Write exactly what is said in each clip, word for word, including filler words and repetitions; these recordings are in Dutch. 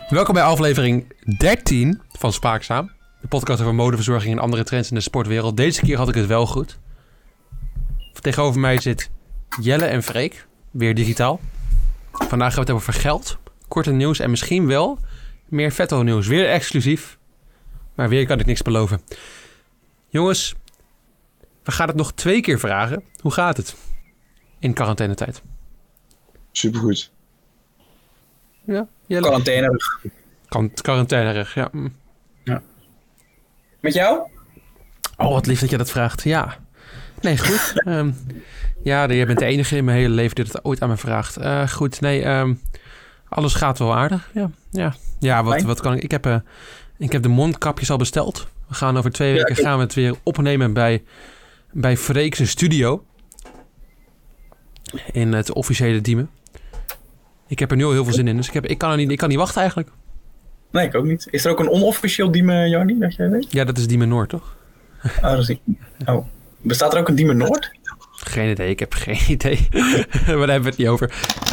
Welkom bij aflevering dertien van Spaakzaam. De podcast over modeverzorging en andere trends in de sportwereld. Deze keer had ik het wel goed. Tegenover mij zit Jelle en Freek, weer digitaal. Vandaag gaan we het hebben over geld, korte nieuws en misschien wel meer vetto nieuws. Weer exclusief, maar weer kan ik niks beloven. Jongens, we gaan het nog twee keer vragen. Hoe gaat het in quarantainetijd? Supergoed. Ja, Jelle. Quarantainerig. Kan, quarantainerig, ja. ja. Met jou? Oh, wat lief dat je dat vraagt. Ja. Nee, goed. um, ja, jij bent de enige in mijn hele leven die dat ooit aan me vraagt. Uh, goed, nee, um, alles gaat wel aardig. Ja, ja. ja wat, wat kan ik? Ik heb, uh, ik heb de mondkapjes al besteld. We gaan over twee weken ja, gaan we het weer opnemen bij, bij Freek's studio. In het officiële Diemen. Ik heb er nu al heel veel zin in, dus ik, heb, ik, kan, er niet, ik kan niet wachten eigenlijk. Nee, ik ook niet. Is er ook een onofficieel Diemen, Joni, dat jij weet? Ja, dat is Diemen Noord, toch? Oh, dat is ik. Oh. Bestaat er ook een Diemen Noord? Geen idee, ik heb geen idee. Maar daar hebben we het niet over.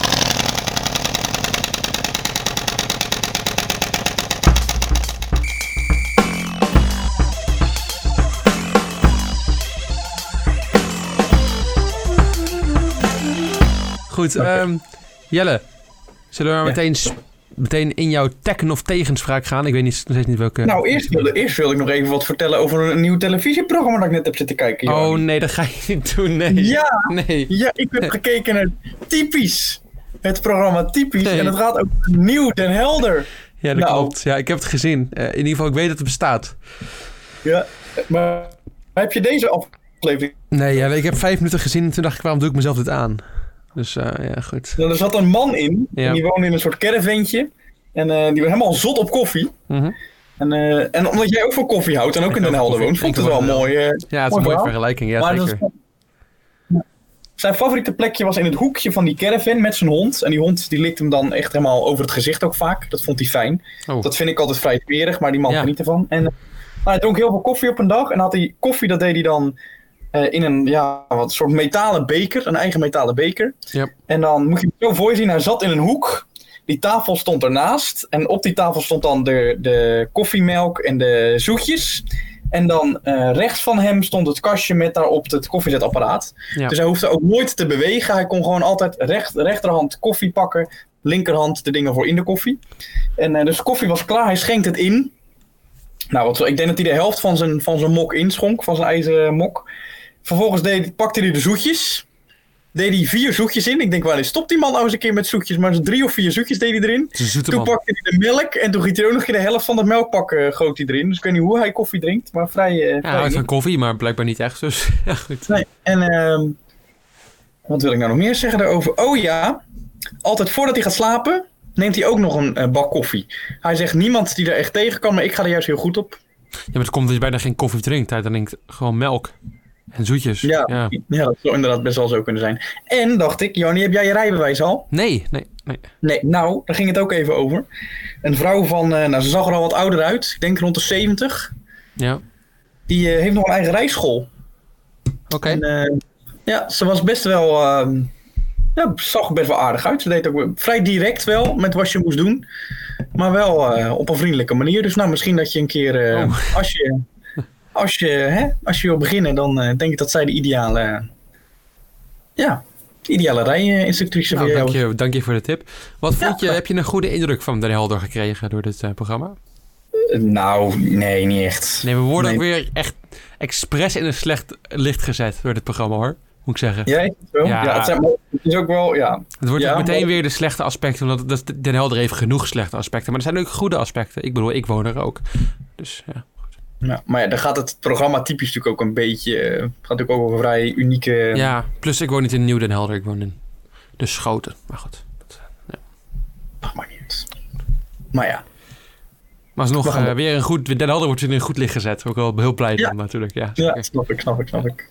Goed, okay. um, Jelle. Zullen we maar ja. meteen, meteen in jouw tegen of tegenspraak gaan? Ik weet niet, nog steeds niet welke... Nou, eerst wilde, eerst wilde ik nog even wat vertellen over een nieuw televisieprogramma dat ik net heb zitten kijken. Johan. Oh nee, dat ga je niet doen, nee. Ja, nee. ja ik heb gekeken naar Typisch. Het programma Typisch. Nee. En het gaat ook Nieuw Den Helder. Ja, dat nou. klopt. Ja, ik heb het gezien. Uh, in ieder geval, ik weet dat het bestaat. Ja, maar heb je deze aflevering? Nee, ja, ik heb vijf minuten gezien en toen dacht ik, waarom doe ik mezelf dit aan? Dus uh, ja, goed. Nou, er zat een man in. Ja. En die woonde in een soort caravantje. En uh, die was helemaal zot op koffie. Mm-hmm. En, uh, en omdat jij ook van koffie houdt en ook ik in Den Helder woont, vond ik het wel mooi. Uh, ja, het is mooi een mooie vergelijking. Ja, maar zeker. Was, zijn favoriete plekje was in het hoekje van die caravan met zijn hond. En die hond die likte hem dan echt helemaal over het gezicht ook vaak. Dat vond hij fijn. Oh. Dat vind ik altijd vrij smerig, maar die man ja. geniet ervan. En uh, hij dronk heel veel koffie op een dag. En had hij koffie, dat deed hij dan... Uh, in een ja, wat soort metalen beker, een eigen metalen beker. Yep. En dan moet je het zo voor je zien, hij zat in een hoek. Die tafel stond ernaast. En op die tafel stond dan de, de koffiemelk en de zoetjes. En dan uh, rechts van hem stond het kastje met daarop het koffiezetapparaat. Yep. Dus hij hoefde ook nooit te bewegen. Hij kon gewoon altijd recht, rechterhand koffie pakken. Linkerhand de dingen voor in de koffie. En uh, dus de koffie was klaar, hij schenkt het in. Nou, wat, ik denk dat hij de helft van zijn, van zijn mok inschonk, van zijn ijzeren mok. Vervolgens deed, pakte hij de zoetjes. Deed hij vier zoetjes in. Ik denk, wel eens stopt die man nou eens een keer met zoetjes. Maar drie of vier zoetjes deed hij erin. Toen man. pakte hij de melk. En toen giet hij ook nog een keer de helft van het melkpak uh, goot hij erin. Dus ik weet niet hoe hij koffie drinkt. Maar vrij... Uh, ja, hij houdt van koffie, maar blijkbaar niet echt. Dus ja, goed. Nee, en uh, wat wil ik nou nog meer zeggen daarover? Oh ja, altijd voordat hij gaat slapen, neemt hij ook nog een uh, bak koffie. Hij zegt, niemand die er echt tegen kan, maar ik ga er juist heel goed op. Ja, maar het komt dat je bijna geen koffie drinkt. Hij drinkt gewoon melk. En zoetjes. Ja, ja. ja, dat zou inderdaad best wel zo kunnen zijn. En dacht ik, Joni, heb jij je rijbewijs al? Nee, nee, nee. Nee, nou, daar ging het ook even over. Een vrouw van, uh, nou, ze zag er al wat ouder uit. Ik denk rond de zeventig. Ja. Die uh, heeft nog een eigen rijschool. Oké. Okay. Uh, ja, ze was best wel, uh, ja, zag er best wel aardig uit. Ze deed ook vrij direct wel met wat je moest doen. Maar wel uh, op een vriendelijke manier. Dus nou, misschien dat je een keer, uh, oh. als je... Als je, hè, als je wil beginnen, dan uh, denk ik dat zij de ideale, uh, ja, de ideale rijinstructrice nou, voor dank jou. Je, dank je voor de tip. Wat ja, vond je, heb je een goede indruk van Den Helder gekregen door dit uh, programma? Uh, nou, nee, niet echt. Nee, we worden nee. ook weer echt expres in een slecht licht gezet door dit programma, hoor. Moet ik zeggen. Ja, zo? Ja. ja het, zijn, het is ook wel, ja. Het wordt ja, ook meteen maar... weer de slechte aspecten, omdat dat, Den Helder heeft genoeg slechte aspecten. Maar er zijn ook goede aspecten. Ik bedoel, ik woon er ook. Dus ja. Ja, maar ja, dan gaat het programma typisch natuurlijk ook een beetje... Het uh, gaat natuurlijk ook over vrij unieke... Ja, plus ik woon niet in Nieuw Den Helder. Ik woon in de Schoten. Maar goed. Dat, ja. Ach, maar niet. Maar ja. Maar alsnog uh, weer een goed... Den Helder wordt weer in een goed licht gezet. Ook wel heel blij ja. van natuurlijk. Ja, ja, snap ik, snap ik, snap ik.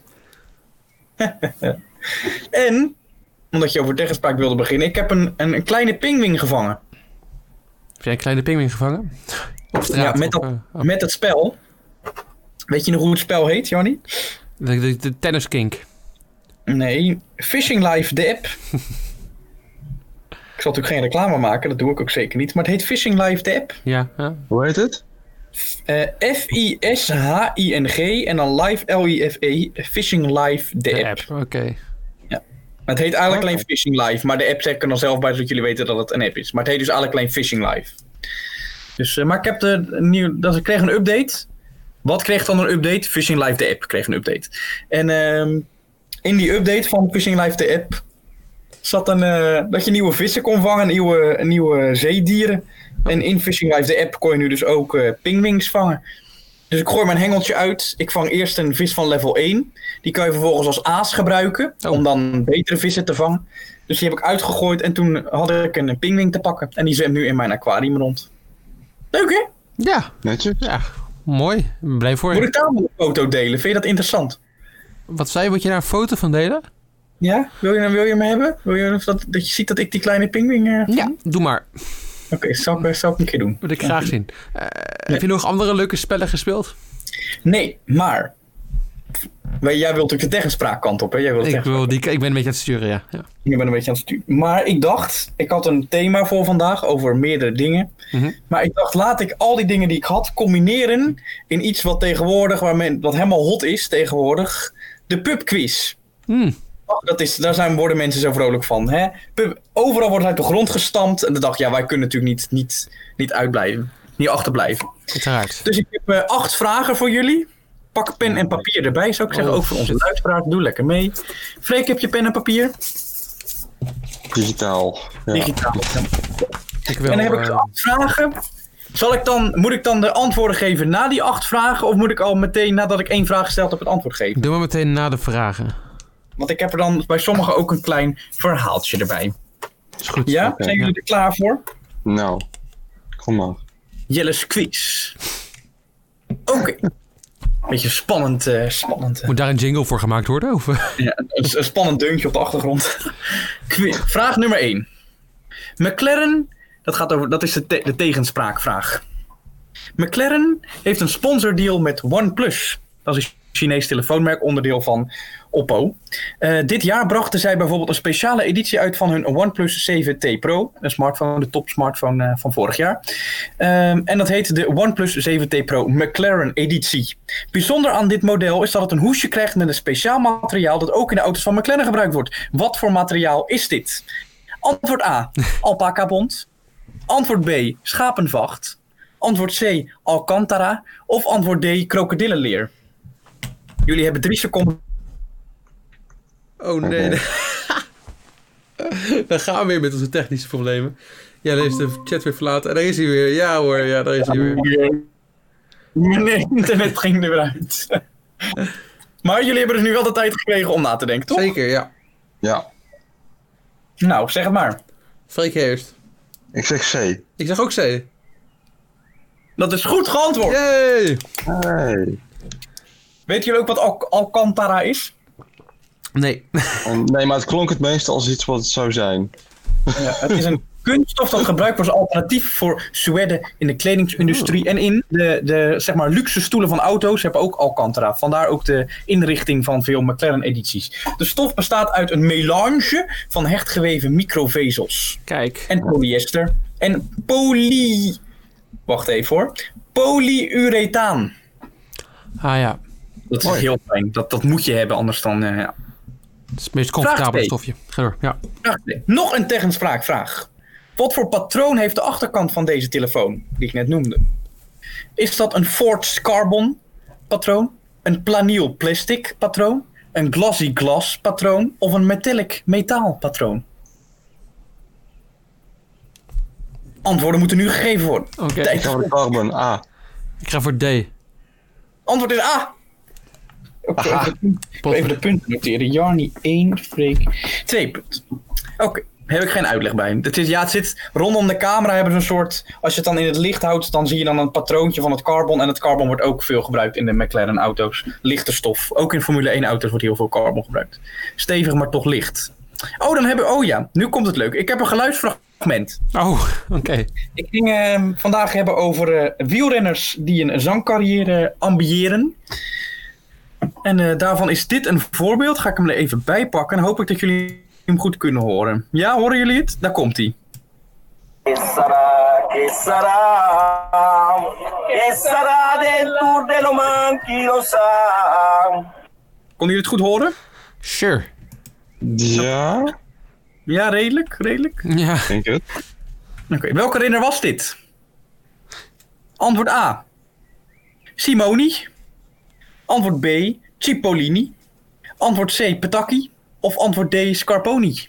En, omdat je over tegenspraak wilde beginnen... Ik heb een, een, een kleine pinguïn gevangen. Heb jij een kleine pinguïn gevangen? Op straat? Ja, met, dat, of, uh, oh. met het spel... Weet je nog hoe het spel heet, Joni? De, de, de Tennis Kink. Nee, Fishing Live, de app. Ik zal natuurlijk geen reclame maken, dat doe ik ook zeker niet. Maar het heet Fishing Live, de app. Ja. ja. Hoe heet het? Uh, F I S H I N G en dan Live L I F E. Fishing Live, de, de app. app. Oké. Okay. Ja. Het heet eigenlijk alleen Fishing Live, maar de app zegt er dan zelf bij, zodat jullie weten dat het een app is. Maar het heet dus eigenlijk alleen Fishing Live. Dus, uh, maar ik heb de nieuw, dat ik kreeg een update. Wat kreeg dan een update? Fishing Live, de app kreeg een update. En uh, in die update van Fishing Live, de app zat een, uh, dat je nieuwe vissen kon vangen, nieuwe, nieuwe zeedieren. Oh. En in Fishing Live, de app, kon je nu dus ook uh, pingwings vangen. Dus ik gooi mijn hengeltje uit. Ik vang eerst een vis van level één. Die kan je vervolgens als aas gebruiken. Oh. Om dan betere vissen te vangen. Dus die heb ik uitgegooid. En toen had ik een pingwing te pakken. En die zwemt nu in mijn aquarium rond. Leuk, hè? Ja. Netjes. Ja, mooi. Ik ben blij voor je. Moet ik daar wel een foto delen? Vind je dat interessant? Wat zei je? Moet je daar een foto van delen? Ja? Wil je, wil je me hebben? Wil je dat, dat je ziet dat ik die kleine pingwing... Uh, ja, doe maar. Oké, okay, zal, zal ik een keer doen. Wil ik graag zien. Uh, nee. Heb je nog andere leuke spellen gespeeld? Nee, maar... Jij wilt ook de tegenspraakkant op, hè? Jij wilt ik, wil die, ik ben een beetje aan het sturen, ja. ja. Ik ben een beetje aan het sturen. Maar ik dacht... Ik had een thema voor vandaag over meerdere dingen. Mm-hmm. Maar ik dacht, laat ik al die dingen die ik had combineren... in iets wat tegenwoordig... Waar men, wat helemaal hot is tegenwoordig. De pubquiz. Mm. Dat is, daar zijn, worden mensen zo vrolijk van. Hè? Pub, overal wordt uit de grond gestampt. En dan dacht ik, ja, wij kunnen natuurlijk niet, niet, niet uitblijven. Niet achterblijven. Uiteraard. Dus ik heb uh, acht vragen voor jullie. Pak pen en papier erbij, zou ik zeggen. Oh, ook voor onze luisteraars. Doe lekker mee. Freek, heb je pen en papier? Digitaal. Ja. Digitaal. Ja. Ik wil, en dan heb ik uh... acht vragen. Zal ik dan, moet ik dan de antwoorden geven na die acht vragen? Of moet ik al meteen, nadat ik één vraag gesteld heb, het antwoord geven? Doe maar meteen na de vragen. Want ik heb er dan bij sommigen ook een klein verhaaltje erbij. Is goed. Ja? Okay, Zijn jullie ja. er klaar voor? Nou, kom maar. Jelle's quiz. Oké. Okay. Beetje spannend. Uh, spannend uh. Moet daar een jingle voor gemaakt worden? Of? Ja, een, een spannend deuntje op de achtergrond. Vraag nummer één. McLaren, dat, gaat over, dat is de, te, de tegenspraakvraag. McLaren heeft een sponsordeal met OnePlus. Dat is een Chinees telefoonmerk, onderdeel van Oppo. Uh, dit jaar brachten zij bijvoorbeeld een speciale editie uit van hun OnePlus zeven T Pro. Een smartphone, de top smartphone uh, van vorig jaar. Um, en dat heet de OnePlus zeven T Pro McLaren editie. Bijzonder aan dit model is dat het een hoesje krijgt met een speciaal materiaal dat ook in de auto's van McLaren gebruikt wordt. Wat voor materiaal is dit? Antwoord A, alpaca bont. Antwoord B, schapenvacht. Antwoord C, alcantara. Of antwoord D, krokodillenleer. Jullie hebben drie seconden. Oh nee. nee. Dan gaan we weer met onze technische problemen. Ja, dan is de chat weer verlaten. En daar is hij weer. Ja hoor, ja, daar is hij weer. Nee, internet ging er weer uit. Maar jullie hebben dus nu wel de tijd gekregen om na te denken, toch? Zeker, ja. Ja. Nou, zeg het maar. Freek eerst. Ik zeg C. Ik zeg ook C. Dat is goed geantwoord. Yay! Hey. Weten jullie ook wat Al- Alcantara is? Nee. Nee, maar het klonk het meest als iets wat het zou zijn. Ja, het is een kunststof dat gebruikt wordt als alternatief voor suède in de kledingindustrie. Oh. En in de, de zeg maar, luxe stoelen van auto's hebben ook Alcantara. Vandaar ook de inrichting van veel McLaren-edities. De stof bestaat uit een melange van hechtgeweven microvezels. Kijk. En polyester. En poly... Wacht even hoor. Polyurethaan. Ah ja. Dat is Mooi. Heel fijn. Dat, dat moet je hebben, anders dan... Uh, ja. Het is het meest comfortabele stofje. Ga door, ja. Vraag twee. Nog een tegenspraakvraag. Wat voor patroon heeft de achterkant van deze telefoon, die ik net noemde? Is dat een forged carbon patroon? Een planiel plastic patroon? Een glossy glass patroon? Of een metallic metaal patroon? Antwoorden moeten nu gegeven worden. Oké. Okay. Ik ga voor de carbon, A. Ik ga voor D. Antwoord is A. Okay, even, even de punten noteren. Jarny één, Freek twee punten. Oké, okay, heb ik geen uitleg bij. Het is, ja, het zit rondom de camera hebben ze een soort... Als je het dan in het licht houdt, dan zie je dan een patroontje van het carbon. En het carbon wordt ook veel gebruikt in de McLaren auto's. Lichte stof. Ook in Formule één auto's wordt heel veel carbon gebruikt. Stevig, maar toch licht. Oh, dan hebben Oh ja, nu komt het leuk. Ik heb een geluidsfragment. Oh, oké. Okay. Ik ging uh, vandaag hebben over uh, wielrenners die een zangcarrière ambiëren. En uh, daarvan is dit een voorbeeld. Ga ik hem er even bij pakken. En hoop ik dat jullie hem goed kunnen horen. Ja, horen jullie het? Daar komt hij. Kon je het goed horen? Sure. Ja, Ja, redelijk, redelijk. Ja. denk ik het. Oké, okay, welke renner was dit? Antwoord A. Simoni. Antwoord B. Cipollini. Antwoord C. Petacchi. Of antwoord D. Scarponi.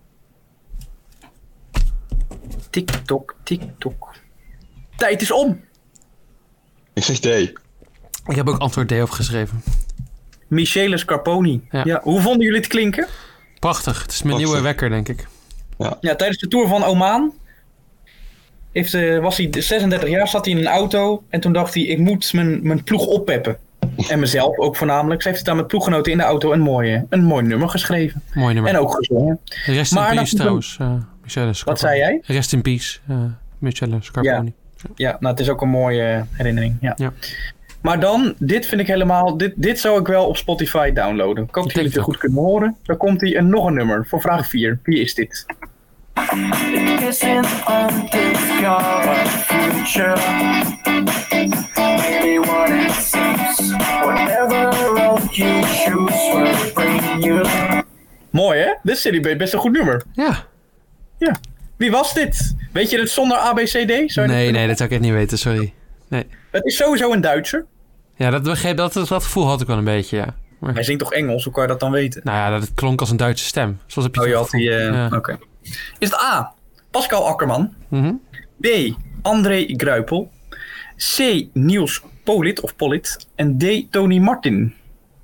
Tik-tok, tik-tok. Tijd is om. Ik zeg D. Ik heb ook antwoord D opgeschreven. Michele Scarponi. Ja. Ja, hoe vonden jullie het klinken? Prachtig. Het is mijn Prachtig. nieuwe wekker, denk ik. Ja, tijdens de Tour van Oman heeft, uh, was hij zesendertig jaar, zat hij in een auto en toen dacht hij, ik moet mijn, mijn ploeg oppeppen. En mezelf ook voornamelijk. Ze heeft het aan met ploeggenoten in de auto een mooi, een mooi nummer geschreven. Mooi nummer. En ook gezongen. Rest Maar in dan- peace trouwens, uh, Michele Scarponi. Wat zei jij? Rest in peace, uh, Michele Scarponi. Ja, nou het is ook een mooie uh, herinnering. Ja. Ja. Maar dan, dit vind ik helemaal, dit, dit zou ik wel op Spotify downloaden. Ik hoop dat jullie het denk goed kunnen horen. Dan komt hij en nog een nummer voor vraag vier. Wie is dit? Kissing on discovered future. Maybe what it seems. Whatever road you choose will bring you. Mooi hè? Dit is City Beat, best een goed nummer. Ja. Ja. Wie was dit? Weet je het zonder A B C D? Zou je dat Nee, kunnen- nee, dat zou ik echt niet weten, sorry. Nee. Het is sowieso een Duitser. Ja, dat, begreep, dat, dat gevoel had ik wel een beetje, ja. Maar, Hij zingt toch Engels? Hoe kan je dat dan weten? nou ja, dat klonk als een Duitse stem. Zoals heb je Oh, je het had die... gevoel. eh, Ja. Oké. Is het A. Pascal Akkerman. Mhm. B. André Gruipel. C. Niels Polit of Polit. En D. Tony Martin.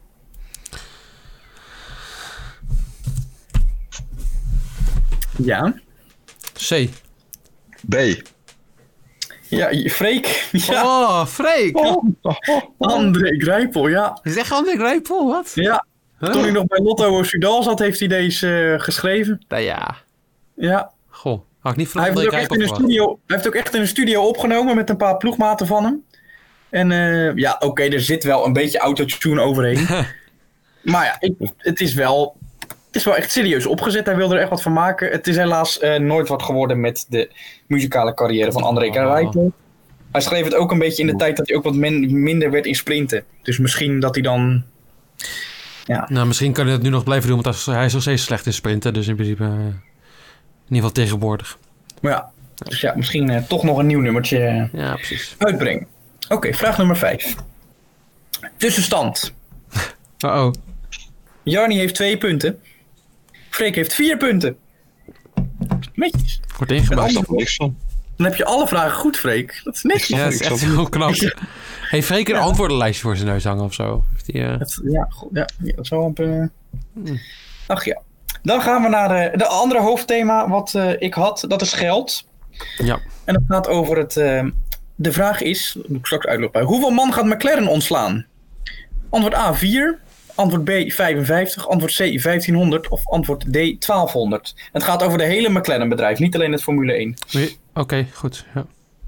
Ja. C. B. Ja, Freek. Ja. Oh, Freek! Oh, André Gruipel, ja. Is echt André Gruipel, wat? Ja. Huh? Toen hij nog bij Lotto Soudal zat, heeft hij deze uh, geschreven. Nou ja. Ja. Goh, had ik niet van Hij heeft, André het ook echt Gruipel in een verwacht. studio, hij heeft ook echt in een studio opgenomen met een paar ploegmaten van hem. En uh, ja, oké, okay, er zit wel een beetje autotune overheen. Maar ja, ik, het is wel... Het is wel echt serieus opgezet. Hij wil er echt wat van maken. Het is helaas uh, nooit wat geworden met de muzikale carrière van André Gruipel. Oh. Hij schreef het ook een beetje in de tijd dat hij ook wat min, minder werd in sprinten. Dus misschien dat hij dan... Ja. Nou, misschien kan hij dat nu nog blijven doen, want hij is nog steeds slecht in sprinten. Dus in principe, uh, in ieder geval tegenwoordig. Maar ja, dus ja, misschien uh, toch nog een nieuw nummertje uh, ja, precies. uitbrengen. Oké, okay, vraag nummer vijf. Tussenstand. Uh-oh. Jarni heeft twee punten. Freek heeft vier punten. Netjes. Wordt ingebouwd. Daar niks van. Dan heb je alle vragen goed, Freek. Dat is netjes. Ja, dat is echt heel knap. Heeft Freek een ja. antwoordenlijstje voor zijn neus hangen of zo? Die, uh... het, ja, goed, ja, ja, dat zal op... Uh... Hmm. Ach ja. Dan gaan we naar de, de andere hoofdthema wat uh, ik had. Dat is geld. Ja. En dat gaat over het... Uh, de vraag is... Dat moet ik straks uitlopen. Hoeveel man gaat McLaren ontslaan? Antwoord A, vier. Antwoord B, vijfenvijftig. Antwoord C, vijftienhonderd. Of antwoord D, twaalfhonderd. Het gaat over de hele McLaren bedrijf. Niet alleen het Formule één. Oké, okay, goed. Ja.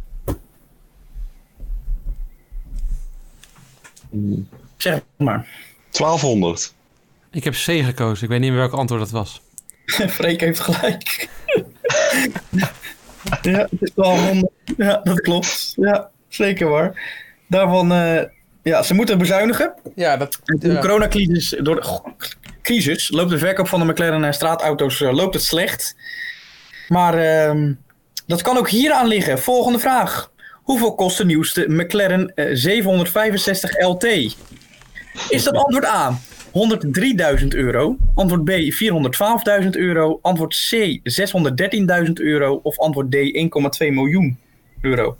Zeg het maar. twaalfhonderd. Ik heb C gekozen. Ik weet niet meer welk antwoord dat was. Freek heeft gelijk. Ja, het is twaalfhonderd. Ja, dat klopt. Ja, zeker waar. Daarvan... Uh, Ja, ze moeten bezuinigen. Ja, dat, door de ja. coronacrisis, door de oh, crisis, loopt de verkoop van de McLaren en straatauto's uh, loopt het slecht. Maar uh, dat kan ook hieraan liggen. Volgende vraag. Hoeveel kost de nieuwste McLaren uh, zevenhonderdvijfenzestig L T? Is dat antwoord A honderddrieduizend euro, antwoord B vierhonderdtwaalfduizend euro, antwoord C zeshonderddertienduizend euro of antwoord D één komma twee miljoen euro?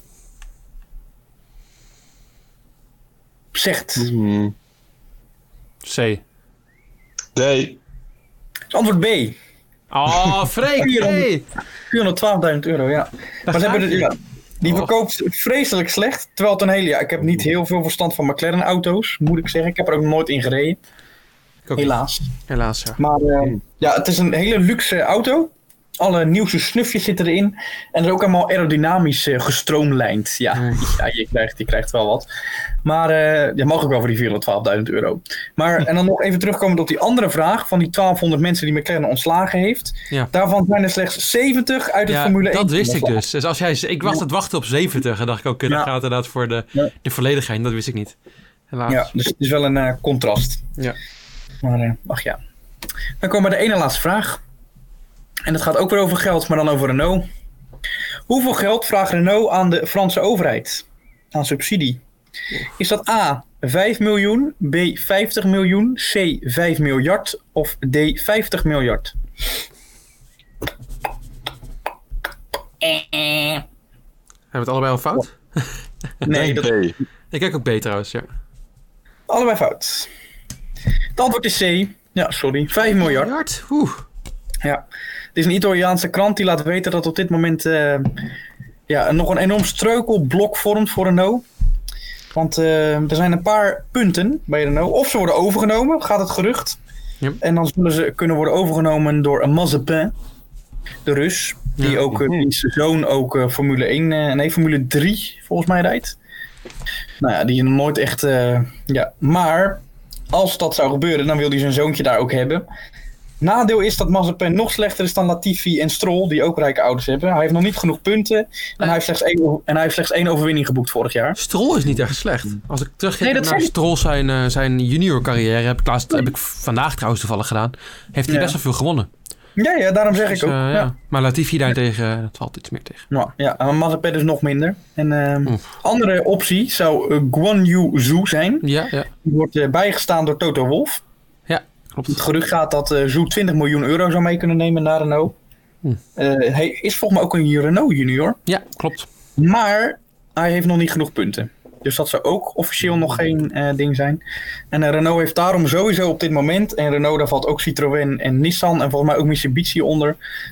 Zegt. Hmm. C. D. Antwoord B. Oh, Freek. vierhonderdtwaalfduizend euro, ja. Maar ze hebben de, ja, die oh. verkoopt vreselijk slecht. Terwijl het een hele... Ja, ik heb niet heel veel verstand van McLaren auto's, moet ik zeggen. Ik heb er ook nooit in gereden. Helaas. Helaas, ja. Maar uh, ja, het is een hele luxe auto. Alle nieuwste snufjes zitten erin. En dat is ook allemaal aerodynamisch uh, gestroomlijnd. Ja, mm. ja je, krijgt, je krijgt wel wat. Maar uh, je mag ook wel voor die vierhonderdtwaalfduizend euro. Maar, en dan nog even terugkomen op die andere vraag. Van die twaalfhonderd mensen die McLaren ontslagen heeft. Ja. Daarvan zijn er slechts zeventig uit het ja, Formule één. Dat wist ik dus. Dus als jij, ik was ja. het wachten op zeventig. En dacht ik ook, dat ja. gaat inderdaad voor de, ja. de volledigheid. Dat wist ik niet. Helaas. Ja, dus het is wel een uh, contrast. Ja. Maar, uh, ach ja. Dan komen we bij de ene laatste vraag. En dat gaat ook weer over geld, maar dan over Renault. Hoeveel geld vraagt Renault aan de Franse overheid? Aan subsidie. Is dat A, vijf miljoen, B, vijftig miljoen, C, vijf miljard of D, vijftig miljard? Hebben we het allebei al fout? Nee, dat... Ik kijk ook B trouwens, ja. Allebei fout. Het antwoord is C. Ja, sorry. vijf miljard. miljard? Oeh. Ja. Het is een Italiaanse krant die laat weten dat op dit moment uh, ja, nog een enorm struikelblok vormt voor Renault. Want uh, er zijn een paar punten bij Renault. Of ze worden overgenomen, gaat het gerucht. Yep. En dan zullen ze kunnen worden overgenomen door Mazepin, de Rus. Die ja. ook, uh, die zijn zoon ook uh, Formule één, uh, nee Formule drie volgens mij rijdt. Nou ja, die nog nooit echt... Uh, ja. Maar als dat zou gebeuren, dan wil hij zijn zoontje daar ook hebben. Nadeel is dat Mazepin nog slechter is dan Latifi en Stroll, die ook rijke ouders hebben. Hij heeft nog niet genoeg punten en, hij heeft slechts één, en hij heeft slechts één overwinning geboekt vorig jaar. Stroll is niet echt slecht. Als ik terugkijk nee, naar Stroll zijn, uh, zijn junior carrière, heb ik, laatst, heb ik vandaag trouwens toevallig gedaan, heeft hij ja. best wel veel gewonnen. Ja, ja, daarom zeg dus, ik ook. Uh, ja. Ja. Maar Latifi daartegen, uh, dat valt iets meer tegen. Nou, ja, maar Mazepin is nog minder. En uh, andere optie zou uh, Guan Yu Zhou zijn. Ja, ja. Die wordt uh, bijgestaan door Toto Wolff. Ja, klopt. Het gerucht gaat dat uh, Zhou twintig miljoen euro zou mee kunnen nemen naar Renault. Hm. Uh, hij is volgens mij ook een Renault junior. Ja, klopt. Maar hij heeft nog niet genoeg punten. Dus dat zou ook officieel nog geen uh, ding zijn. En uh, Renault heeft daarom sowieso op dit moment... en Renault, daar valt ook Citroën en Nissan... en volgens mij ook Mitsubishi onder...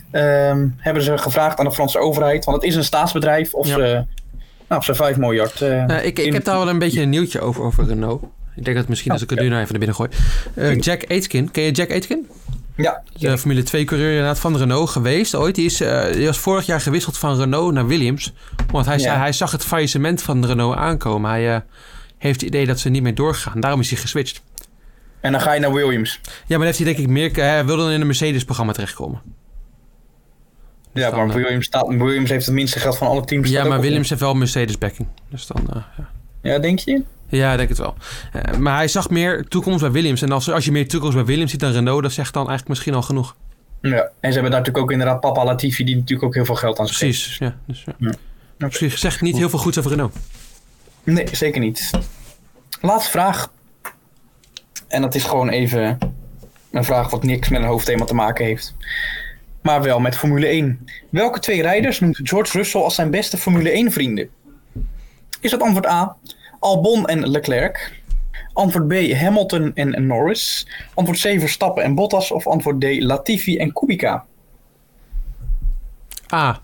Um, hebben ze gevraagd aan de Franse overheid... want het is een staatsbedrijf... of, ja. ze, nou, of ze vijf miljard... Uh, uh, ik, ik heb daar wel een beetje een nieuwtje over, over Renault. Ik denk dat misschien als ik het nu nou even naar binnen gooi... Uh, Jack Aitken, ken je Jack Aitken? Ja. De Formule twee coureur inderdaad van Renault geweest ooit. Die, is, uh, die was vorig jaar gewisseld van Renault naar Williams. Want hij, ja. zei, hij zag het faillissement van Renault aankomen. Hij uh, heeft het idee dat ze niet meer doorgaan. Daarom is hij geswitcht. En dan ga je naar Williams. Ja, maar dan heeft hij denk ik meer... Hij wilde dan in een Mercedes-programma terechtkomen. Dus ja, dan, maar Williams, staat, Williams heeft het minste geld van alle teams. Ja, maar Williams heeft wel Mercedes-backing. Dus dan... Uh, ja. ja, denk je? Ja, ik denk het wel. Uh, maar hij zag meer toekomst bij Williams. En als, als je meer toekomst bij Williams ziet dan Renault... dat zegt dan eigenlijk misschien al genoeg. Ja, en ze hebben daar natuurlijk ook inderdaad Papa Latifi... die natuurlijk ook heel veel geld aan speelt. Precies, ja. Dus, ja. ja. Okay. Precies zegt niet heel veel goeds over Renault. Nee, zeker niet. Laatste vraag. En dat is gewoon even een vraag... wat niks met een hoofdthema te maken heeft. Maar wel met Formule één. Welke twee rijders noemt George Russell... als zijn beste Formule één vrienden? Is dat antwoord A... Albon en Leclerc. Antwoord B, Hamilton en Norris. Antwoord C, Verstappen en Bottas. Of antwoord D, Latifi en Kubica. A.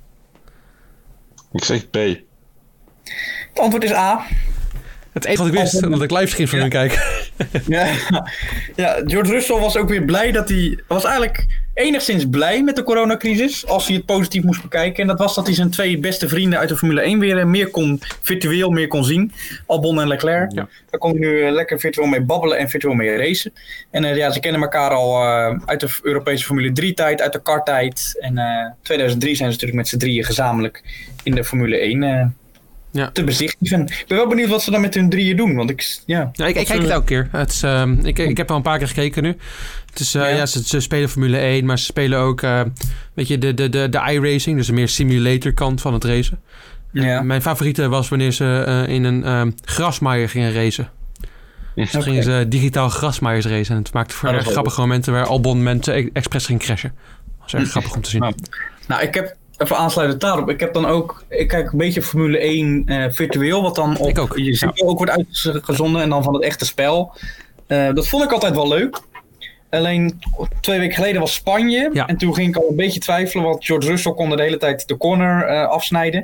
Ik zeg B. Het antwoord is A. Het enige wat ik wist, omdat ik livestreams van ja. hun kijk. Ja, ja, George Russell was ook weer blij dat hij... was eigenlijk enigszins blij met de coronacrisis... als hij het positief moest bekijken. En dat was dat hij zijn twee beste vrienden uit de Formule één... weer meer kon, virtueel meer kon zien. Albon en Leclerc. Ja. Daar kon hij nu uh, lekker virtueel mee babbelen en virtueel mee racen. En uh, ja, ze kennen elkaar al uh, uit de Europese Formule drie tijd, uit de karttijd. En uh, tweeduizend drie zijn ze natuurlijk met z'n drieën gezamenlijk in de Formule één... Uh, Ja. te bezichtigen. Ik ben wel benieuwd wat ze dan met hun drieën doen. Want ik, ja, ja, ik, ik kijk het elke keer. Het is, uh, ik, ik heb al een paar keer gekeken nu. Het is, uh, ja. Ja, ze, ze spelen Formule één, maar ze spelen ook uh, weet je, de, de, de, de iRacing. Dus de meer simulator kant van het racen. Ja. Uh, mijn favoriete was wanneer ze uh, in een uh, grasmaaier gingen racen. Dus okay. gingen ze digitaal grasmaaiers racen. En het maakte voor oh, erg grappige goed. momenten waar Albon mensen expres ging crashen. Dat was erg grappig om te zien. Nou, nou ik heb... Even aansluitend daarop. Ik heb dan ook... Ik kijk een beetje Formule één uh, virtueel. Wat dan op ook. je ja. ook wordt uitgezonden. En dan van het echte spel. Uh, dat vond ik altijd wel leuk. Alleen twee weken geleden was Spanje. Ja. En toen ging ik al een beetje twijfelen. Want George Russell kon de hele tijd de corner uh, afsnijden.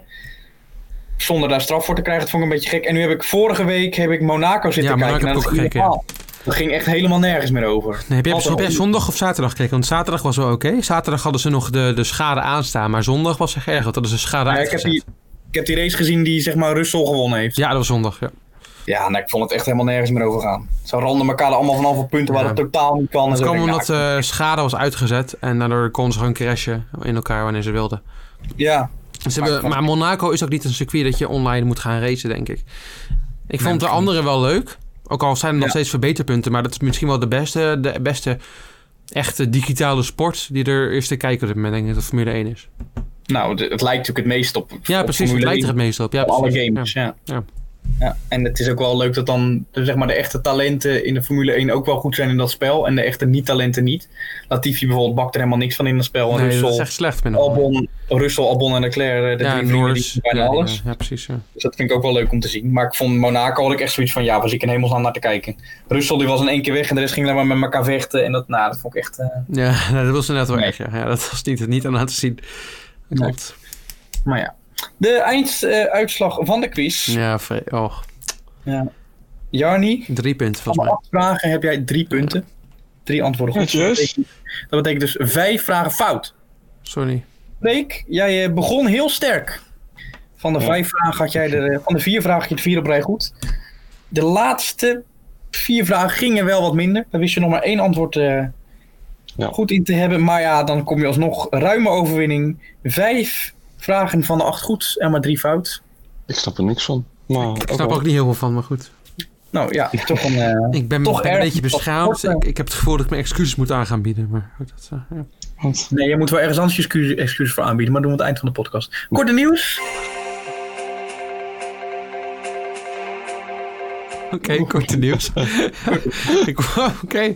Zonder daar straf voor te krijgen. Dat vond ik een beetje gek. En nu heb ik vorige week heb ik Monaco zitten ja, kijken. Monaco heb ik ook gekeken, ja. Dat ging echt helemaal nergens meer over. Nee, heb je, heb je zondag of zaterdag gekeken? Want zaterdag was wel oké. Okay. Zaterdag hadden ze nog de, de schade aanstaan. Maar zondag was echt erg. Want dat is een schade ja, ik, heb die, ik heb die race gezien die zeg maar Russell gewonnen heeft. Ja, dat was zondag. Ja, ja nou, ik vond het echt helemaal nergens meer over gaan. Ze randen elkaar allemaal vanaf op punten ja. waar het totaal niet kan. Het kwam omdat de uh, schade was uitgezet. En daardoor konden ze gewoon crashen in elkaar wanneer ze wilden. Ja. Ze hebben, maar, maar Monaco is ook niet een circuit dat je online moet gaan racen, denk ik. Ik vond nee, de andere wel leuk. Ook al zijn er nog ja. steeds verbeterpunten. Maar dat is misschien wel de beste, de beste echte digitale sport die er is te kijken op dit moment. Denk ik dat het Formule één is. Nou, de, het lijkt natuurlijk het meest op. Ja, op precies. Formule het lijkt er het meest op. Ja, op alle games, ja. ja. ja. Ja, en het is ook wel leuk dat dan zeg maar, de echte talenten in de Formule één ook wel goed zijn in dat spel. En de echte niet-talenten niet. Latifi bijvoorbeeld bakt er helemaal niks van in dat spel. Nee, Russell, dat is echt slecht. Albon, Russell, Albon en Leclerc, de ja, drie vrienden die bijna ja, alles. Ja, ja, precies. Ja. Dus dat vind ik ook wel leuk om te zien. Maar ik vond Monaco had ik echt zoiets van, ja, was ik in hemelsnaam naar te kijken. Russell die was in één keer weg en de rest ging alleen maar met elkaar vechten. En dat, nou, dat vond ik echt... Uh... Ja, dat was net wel nee. erg. Ja. Ja, dat was niet, niet aan te zien. Dat klopt. Nee. Maar ja. De einduitslag van de quiz. Ja, vre- oh. Ja. Jarni, drie punten volgens mij. acht vragen heb jij drie punten. Drie antwoorden goed. Dat betekent, dat betekent dus vijf vragen fout. Sorry. Freek, jij begon heel sterk. Van de vijf vragen had jij de, van de vier vragen had je de vier op rij goed. De laatste vier vragen gingen wel wat minder. Daar wist je nog maar één antwoord uh, ja. goed in te hebben. Maar ja, dan kom je alsnog ruime overwinning. Vijf vragen van de acht goed en maar drie fout. Ik snap er niks van. Maar ik snap er ook niet heel veel van, maar goed. Nou ja, toch een... Uh, ik ben, toch ben een beetje beschaamd. Ik, ik heb het gevoel dat ik mijn excuses moet aan gaan bieden. Maar dat, uh, ja. Nee, je moet wel ergens anders je excuses, excuses voor aanbieden. Maar doen we aan het eind van de podcast. Korte nieuws. Oké, okay, korte nieuws. Oké. Okay.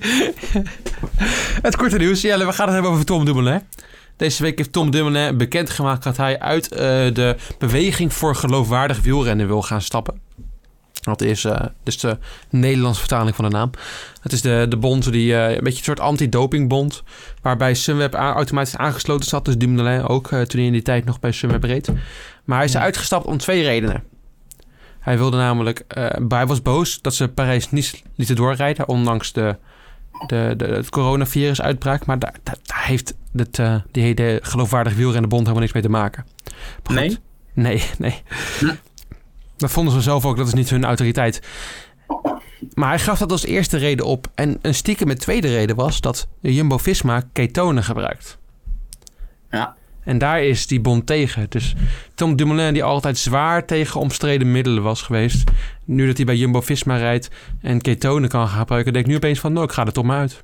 Het korte nieuws. Ja, we gaan het hebben over Tom Dumoulin. Deze week heeft Tom Dumoulin bekendgemaakt dat hij uit uh, de beweging voor geloofwaardig wielrennen wil gaan stappen. Dat is uh, dus de Nederlandse vertaling van de naam. Het is de, de bond, die, uh, een beetje een soort anti-dopingbond. Waarbij Sunweb a- automatisch aangesloten zat. Dus Dumoulin ook, uh, toen hij in die tijd nog bij Sunweb reed. Maar hij is er uitgestapt om twee redenen. Hij wilde namelijk, uh, hij was boos dat ze Parijs-Nice lieten doorrijden. Ondanks de, de, de, het coronavirus uitbraak. Maar daar, daar, daar heeft het, uh, die hele geloofwaardig wielrennenbond helemaal niks mee te maken. Maar nee? Goed, nee, nee. Hm. Dat vonden ze zelf ook, dat is niet hun autoriteit. Maar hij gaf dat als eerste reden op. En een stiekem met tweede reden was dat Jumbo-Visma ketonen gebruikt. Ja. En daar is die bond tegen. Dus Tom Dumoulin, die altijd zwaar tegen omstreden middelen was geweest. Nu dat hij bij Jumbo-Visma rijdt en ketonen kan gaan gebruiken, denkt nu opeens van, nou, ik ga er toch maar uit.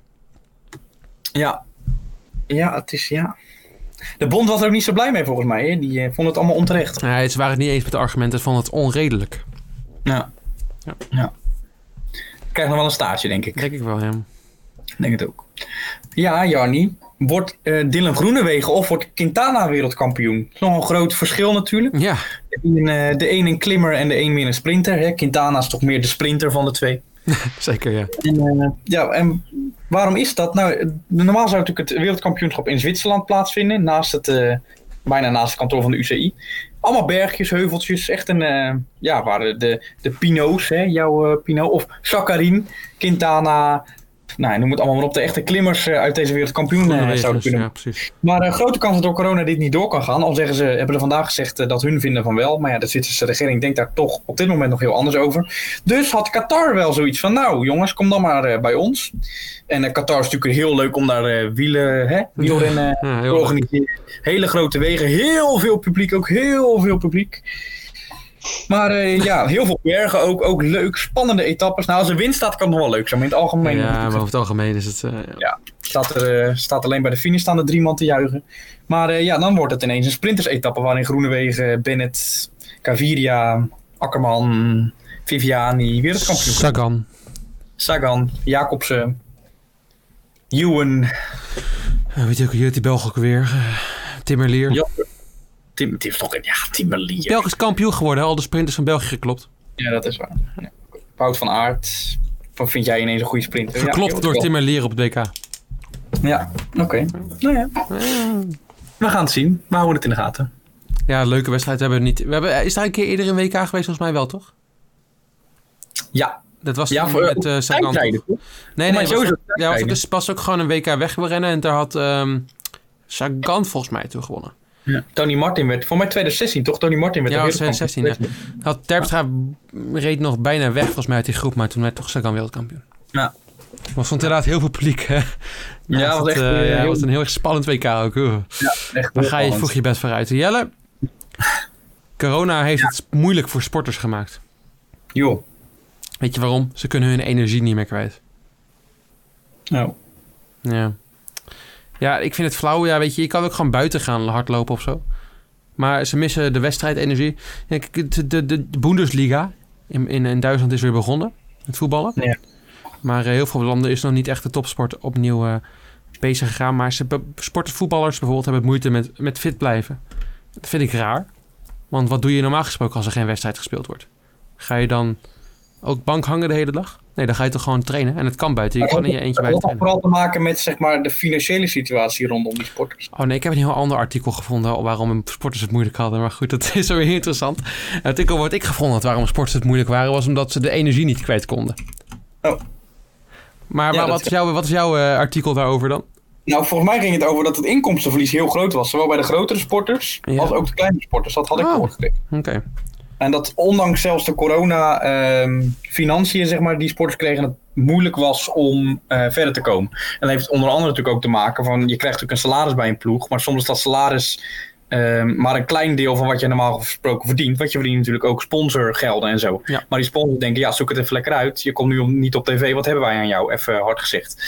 Ja. Ja, het is, ja... De bond was er ook niet zo blij mee volgens mij. Hè? Die uh, vond het allemaal onterecht. Ja, ze waren het niet eens met de argumenten. Ze vonden het onredelijk. Ja. Ja. ja. Krijg nog wel een staartje, denk ik. Denk ik wel, ja. Denk het ook. Ja, Jarni. Wordt uh, Dylan Groenewegen of wordt Quintana wereldkampioen? Dat is nog een groot verschil natuurlijk. Ja. In, uh, de een een klimmer en de een meer een sprinter. Hè? Quintana is toch meer de sprinter van de twee. Zeker, ja. En, uh, ja, en waarom is dat? Nou, normaal zou natuurlijk het wereldkampioenschap in Zwitserland plaatsvinden. Naast het, uh, bijna naast het kantoor van de U C I. Allemaal bergjes, heuveltjes. Echt een, uh, ja, waar de, de Pino's, hè, jouw uh, Pinot. Of Sakharin, Quintana. Nou, noem het allemaal maar op. De echte klimmers uh, uit deze wereldkampioen uh, zouden kunnen. Ja, precies. Maar uh, grote kans dat door corona dit niet door kan gaan. Al zeggen ze, hebben er vandaag gezegd uh, dat hun vinden van wel. Maar ja, de Zwitserse regering denkt daar toch op dit moment nog heel anders over. Dus had Qatar wel zoiets van, nou jongens, kom dan maar uh, bij ons. En uh, Qatar is natuurlijk heel leuk om daar uh, wielen, hè, wielrennen ja, te organiseren. Hele grote wegen, heel veel publiek, ook heel veel publiek. Maar uh, ja, heel veel bergen ook, ook leuk, spannende etappes. Nou, als er wind staat, kan het nog wel leuk zijn, maar in het algemeen... Ja, maar over het algemeen is het... Uh, ja, ja staat, er, uh, staat alleen bij de finish staan er drie man te juichen. Maar uh, ja, dan wordt het ineens een sprintersetappe waarin Groenewegen, Bennett, Gaviria, Akkerman, Viviani, wereldkampioen. Sagan. Sagan, Jacobsen, Ewan. Uh, weet je ook, hier die Belg ook weer. Uh, Timmerlier. Ja. Tim, Tim is toch een, ja, Timmerlier. Belgisch kampioen geworden, al de sprinters van België geklopt. Ja, dat is waar. Ja. Wout van Aert, wat vind jij ineens een goede sprinter? Geklopt ja, door Timmerlier op het W K. Ja, oké. Okay. Nou ja. We gaan het zien. We houden het in de gaten. Ja, leuke wedstrijd. We hebben niet. We hebben, is daar een keer eerder een W K geweest, volgens mij wel, toch? Ja. Dat was Ja, toen voor met uh, Sagan. tijdrijden, toch? Nee, Maar nee, sowieso was, ja, was tijdrijden. dus pas ook gewoon een W K weg wil rennen. En daar had um, Sagan volgens mij toen gewonnen. Ja. Tony Martin werd, voor mij twintig zestien toch? Tony Martin werd Ja, de twintig zestien. Ja. Had Terpstra reed nog bijna weg volgens mij uit die groep. Maar toen werd toch Sagan wereldkampioen. Ja. Maar vond inderdaad heel veel publiek. Hè? Ja, ja, was het echt, uh, uh, ja, heel... was een heel erg spannend W K ook. Uh. Ja, echt Dan ga je spannend. vroeg je bed vooruit. Jelle, corona heeft ja. het moeilijk voor sporters gemaakt. Joh. Weet je waarom? Ze kunnen hun energie niet meer kwijt. Oh. Ja. Ja, ik vind het flauw. Ja, weet je, je kan ook gewoon buiten gaan hardlopen of zo. Maar ze missen de wedstrijdenergie. Ja, de, de, de Bundesliga in, in, in Duitsland is weer begonnen. Het voetballen. Ja. Maar uh, heel veel landen is nog niet echt de topsport opnieuw uh, bezig gegaan. Maar ze, sporters, voetballers bijvoorbeeld hebben het moeite met, met fit blijven. Dat vind ik raar. Want wat doe je normaal gesproken als er geen wedstrijd gespeeld wordt? Ga je dan ook bank hangen de hele dag? Nee, dan ga je toch gewoon trainen. En het kan buiten. Je maar kan in je eentje bij buiten trainen. trainen. Dat heeft vooral te maken met zeg maar, de financiële situatie rondom die sporters. Oh nee, ik heb een heel ander artikel gevonden waarom sporters het moeilijk hadden. Maar goed, dat is wel weer interessant. Het artikel wat ik gevonden had waarom sporters het moeilijk waren, was omdat ze de energie niet kwijt konden. Oh. Maar, Ja, maar wat, is... is jouw, wat is jouw uh, artikel daarover dan? Nou, volgens mij ging het over dat het inkomstenverlies heel groot was. Zowel bij de grotere sporters Ja. als ook de kleine sporters. Dat had ik Oh. gehoord gekregen. Oké. Okay. En dat ondanks zelfs de corona-financiën, uh, zeg maar, die sporters kregen, het moeilijk was om uh, verder te komen. En dat heeft onder andere natuurlijk ook te maken van, je krijgt natuurlijk een salaris bij een ploeg, maar soms is dat salaris uh, maar een klein deel van wat je normaal gesproken verdient. Want je verdient natuurlijk ook sponsorgelden en zo. Ja. Maar die sponsors denken, ja, zoek het even lekker uit. Je komt nu om, niet op tv, wat hebben wij aan jou? Even hard gezegd.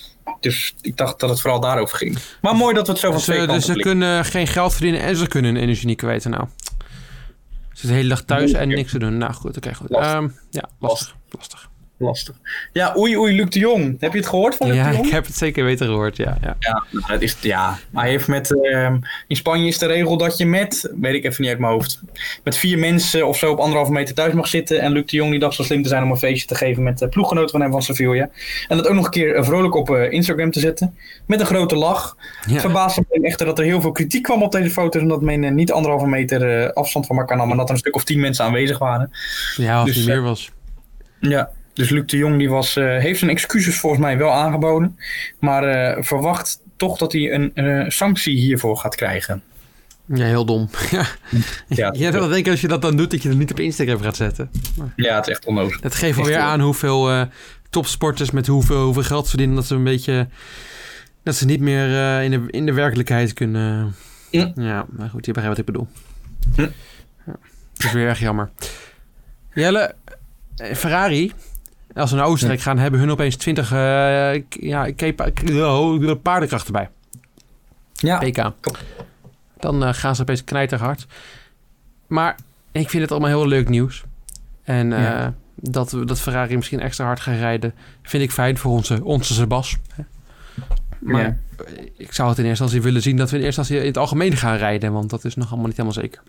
Dus ik dacht dat het vooral daarover ging. Maar mooi dat we het zo van Dus, twee uh, kanten dus ze blikken. kunnen geen geld verdienen en ze kunnen hun energie niet kwijt. Nou, ze zitten de hele dag thuis en niks te doen. Nou goed, oké, okay, goed. Lastig. Um, ja, lastig. lastig. Lastig. Ja, oei oei, Luc de Jong. Heb je het gehoord van Luc Ja, de Jong? ik heb het zeker weten gehoord, ja. ja. Ja, nou, dat is, ja, hij heeft met, uh, in Spanje is de regel dat je met, weet ik even niet uit mijn hoofd, met vier mensen of zo op anderhalve meter thuis mag zitten. En Luc de Jong die dacht zo slim te zijn om een feestje te geven met uh, ploeggenoten van hem van Sevilla. En dat ook nog een keer uh, vrolijk op uh, Instagram te zetten. Met een grote lach. Ja. Verbaasde me echter dat er heel veel kritiek kwam op deze foto's. Omdat men uh, niet anderhalve meter uh, afstand van elkaar nam. Maar dat er een stuk of tien mensen aanwezig waren. Ja, als Dus, hij uh, meer was. Ja. Dus Luc de Jong die was, uh, heeft zijn excuses volgens mij wel aangeboden. Maar uh, verwacht toch dat hij een uh, sanctie hiervoor gaat krijgen. Ja, heel dom. ja, Ja, ja dat denk ik als je dat dan doet, dat je het niet op Instagram gaat zetten. Maar ja, het is echt onnozel. dat geeft alweer aan hoeveel uh, topsporters met hoeveel, hoeveel geld verdienen. Dat ze een beetje, dat ze niet meer uh, in, de, in de werkelijkheid kunnen. Ja. Ja, maar goed, je begrijpt wat ik bedoel. Hm. Ja, dat is weer erg jammer. Jelle, Ferrari, als we naar Oostenrijk gaan, hebben hun opeens twintig uh, ja, paardenkracht erbij. Ja. P K. Dan uh, gaan ze opeens knijterhard. Maar ik vind het allemaal heel leuk nieuws. En uh, ja. dat, dat Ferrari misschien extra hard gaan rijden, vind ik fijn voor onze, onze Sebas. Maar ja. ik zou het in eerste instantie willen zien dat we in eerste instantie in het algemeen gaan rijden. Want dat is nog allemaal niet helemaal zeker.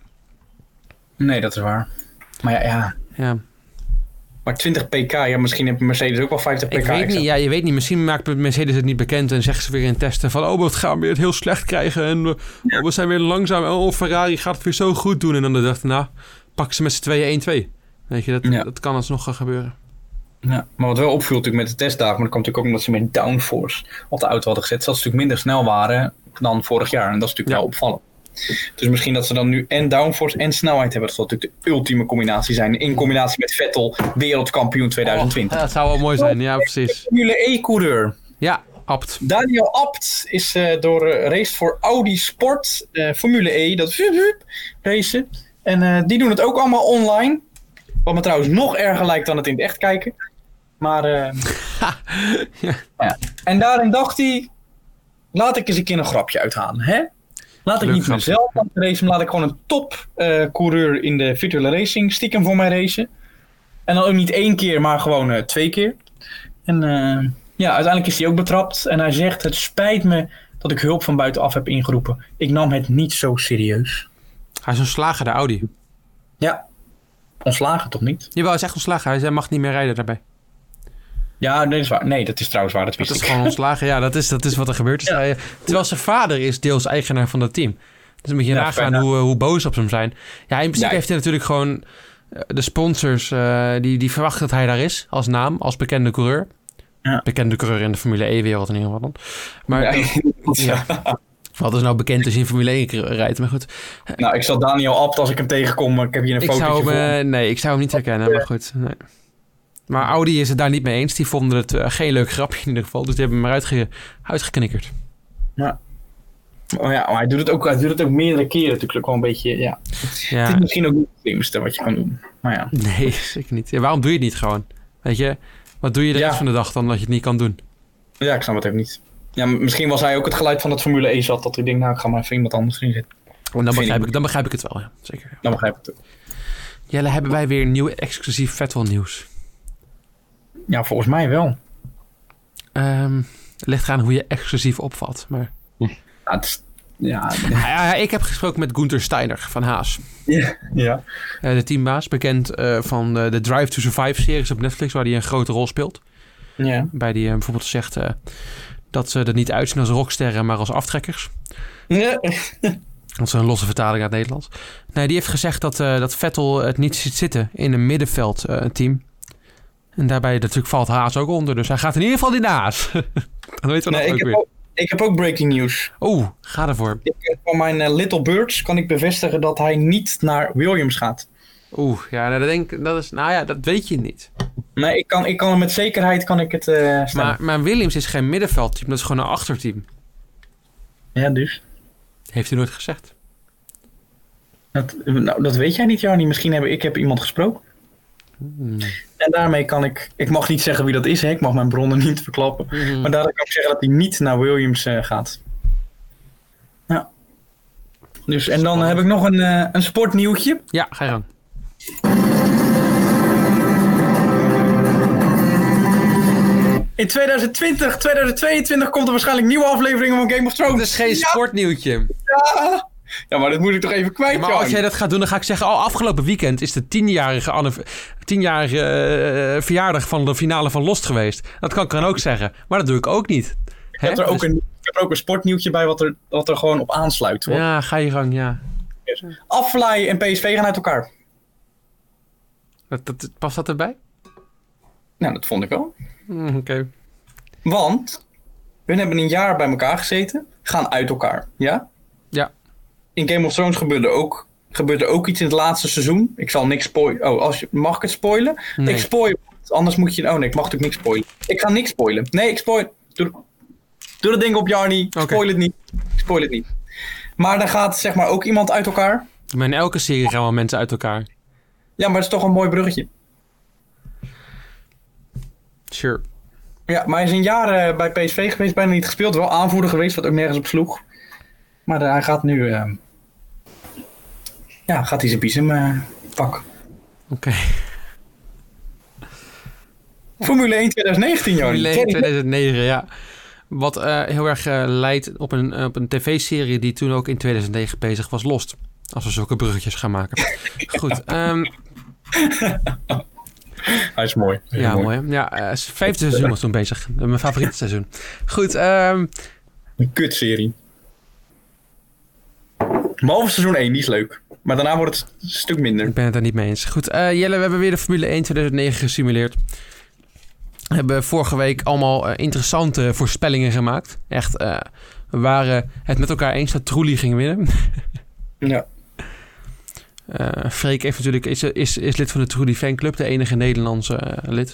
Nee, dat is waar. Maar ja, ja. ja. Maar twintig pk, ja, misschien heeft Mercedes ook wel vijftig pk. Ik weet niet, ja, je weet niet. Misschien maakt Mercedes het niet bekend en zeggen ze weer in testen van, oh, we gaan weer het heel slecht krijgen en we, ja. oh, we zijn weer langzaam. Oh, Ferrari gaat het weer zo goed doen. En dan dacht ik, nou, pakken ze met z'n tweeën één twee. Weet je, dat, ja. dat kan alsnog gaan gebeuren. Ja, maar wat wel opviel natuurlijk met de testdagen, maar dat komt natuurlijk ook omdat ze meer downforce op de auto hadden gezet, zodat ze natuurlijk minder snel waren dan vorig jaar. En dat is natuurlijk ja. wel opvallend. Dus misschien dat ze dan nu en downforce en snelheid hebben. Dat zal natuurlijk de ultieme combinatie zijn. In combinatie met Vettel, wereldkampioen twintig twintig. Oh, dat zou wel mooi zijn, ja precies. Formule E-coureur. Ja, Abt. Daniel Abt is uh, door uh, race voor Audi Sport. Uh, Formule E, dat is racen. En uh, die doen het ook allemaal online. Wat me trouwens nog erger lijkt dan het in het echt kijken. Maar uh, ja. Ja. En daarin dacht hij, laat ik eens een keer een grapje uithalen, hè? Laat ik Leuk niet grapje. mezelf aan het racen, laat ik gewoon een top uh, coureur in de virtuele racing stiekem voor mij racen. En dan ook niet één keer, maar gewoon uh, twee keer. En uh, ja, uiteindelijk is hij ook betrapt. En hij zegt, het spijt me dat ik hulp van buitenaf heb ingeroepen. Ik nam het niet zo serieus. Hij is ontslagen, de Audi. Ja, ontslagen toch niet? Jawel, hij is echt ontslagen. Hij mag niet meer rijden daarbij. Ja, nee, dat is waar. Nee, dat is trouwens waar. Dat, dat wist is ik. gewoon ontslagen. Ja, dat is, dat is wat er gebeurd is. Ja. Terwijl zijn vader is deels eigenaar van dat team. Dus moet je ja, nagaan hoe, hoe boos op hem zijn. Ja, in principe ja, heeft hij natuurlijk gewoon de sponsors uh, die, die verwachten dat hij daar is als naam, als bekende coureur. Ja. Bekende coureur in de Formule E-wereld in ieder geval dan. Maar ja, ja. Wat is nou bekend als je in Formule één rijdt, maar goed. Nou, ik zal Daniel Abt als ik hem tegenkom. Ik heb hier een fotootje ik zou voor. hem, Nee, ik zou hem niet herkennen, maar goed. Nee. Maar Audi is het daar niet mee eens. Die vonden het uh, geen leuk grapje in ieder geval. Dus die hebben hem eruit ge, uitgeknikkerd. Ja. Oh ja, maar hij doet het ook, hij doet het ook meerdere keren natuurlijk. Wel een beetje, ja. ja. Het is misschien ook niet het slimste wat je kan doen. Maar ja. Nee, zeker niet. Ja, waarom doe je het niet gewoon? Weet je, wat doe je de rest ja. van de dag dan dat je het niet kan doen? Ja, ik snap het ook niet. Ja, misschien was hij ook het geluid van het Formule E zat. Dat hij denkt, nou, ik ga maar even iemand anders erin zetten. Oh, dan, begrijp ik, dan begrijp ik het wel, ja. Zeker. Dan begrijp ik het ook. Jelle, hebben wij weer nieuw exclusief Vettel nieuws? Ja, volgens mij wel. Um, het ligt eraan hoe je exclusief opvat, maar... Ja, het is, ja, ja, ja, ik heb gesproken met Gunther Steiner van Haas. Ja. ja. Uh, de teambaas, bekend uh, van de, de Drive to Survive-series op Netflix, waar hij een grote rol speelt. Ja. Bij die uh, bijvoorbeeld zegt uh, dat ze er niet uitzien als rocksterren, maar als aftrekkers. Ja. Dat is een losse vertaling uit het Nederlands. Nee, die heeft gezegd dat, uh, dat Vettel het niet ziet zitten in een middenveld uh, team. En daarbij natuurlijk valt Haas ook onder. Dus hij gaat in ieder geval in de Haas. Dan weten we nee, dat ik ook weer. Ook, ik heb ook breaking news. Oeh, ga ervoor. Ik, van mijn uh, Little Birds kan ik bevestigen dat hij niet naar Williams gaat. Oeh, ja, nou, dat, denk, dat, is, nou ja, dat weet je niet. Nee, ik kan, ik kan met zekerheid kan ik het uh, maar, maar Williams is geen middenveldteam. Dat is gewoon een achterteam. Ja, dus? Heeft hij nooit gezegd. Dat, nou, dat weet jij niet, Jarnie. Misschien heb ik heb iemand gesproken. Hmm. En daarmee kan ik... Ik mag niet zeggen wie dat is, hè. Ik mag mijn bronnen niet verklappen. Hmm. Maar daardoor kan ik zeggen dat hij niet naar Williams uh, gaat. Ja. Dus, en dan heb ik nog een, uh, een sportnieuwtje. Ja, ga je gang. In twintig twintig, twintig tweeëntwintig komt er waarschijnlijk nieuwe afleveringen van Game of Thrones. Dat is geen ja. sportnieuwtje. Ja. Ja, maar dat moet ik toch even kwijt, ja, maar als jij dat gaat doen, dan ga ik zeggen... Oh, afgelopen weekend is de tienjarige, Anne, tienjarige uh, verjaardag van de finale van Lost geweest. Dat kan ik dan ook zeggen. Maar dat doe ik ook niet. Ik heb, er ook dus... een, ik heb er ook een sportnieuwtje bij wat er, wat er gewoon op aansluit. Hoor. Ja, ga je gang, ja. Yes. Afvlaai en P S V gaan uit elkaar. Dat, dat, past dat erbij? Nou, dat vond ik wel. Mm, Oké. Okay. Want, we hebben een jaar bij elkaar gezeten. Gaan uit elkaar, ja? Ja. In Game of Thrones gebeurde ook, gebeurde ook iets in het laatste seizoen. Ik zal niks spoilen. Oh, als je, mag ik het spoilen? Nee. Ik spoil het. Anders moet je... Oh nee, ik mag natuurlijk niks spoilen. Ik ga niks spoilen. Nee, ik spoil... Doe, doe dat ding op, Jarnie. Okay. Spoil het niet. Spoil het niet. Maar dan gaat zeg maar ook iemand uit elkaar. Maar in elke serie gaan wel mensen uit elkaar. Ja, maar het is toch een mooi bruggetje. Sure. Ja, maar hij is een jaar uh, bij P S V geweest. Bijna niet gespeeld. Wel aanvoerder geweest, wat ook nergens op sloeg. Maar uh, hij gaat nu... Uh, ja, gaat hij zijn biesem uh, pakken. Oké. Okay. Formule één twintig negentien, Jarnie. Formule één twintig negen, ja. Wat uh, heel erg uh, leidt op een, uh, op een tv-serie die toen ook in tweeduizend negen bezig was, Lost. Als we zulke bruggetjes gaan maken. Goed. Um, Hij is mooi. Heel ja, mooi. mooi. Ja, uh, vijfde seizoen was toen bezig. Mijn favoriete seizoen. Goed. Um, een kutserie. Behalve seizoen één, die is leuk. Maar daarna wordt het een stuk minder. Ik ben het daar niet mee eens. Goed, uh, Jelle, we hebben weer de Formule één twintig negen gesimuleerd. We hebben vorige week allemaal uh, interessante voorspellingen gemaakt. Echt, uh, we waren het met elkaar eens dat Trulli ging winnen. Ja. Uh, Freek heeft natuurlijk, is, is, is lid van de Trulli fanclub, de enige Nederlandse uh, lid.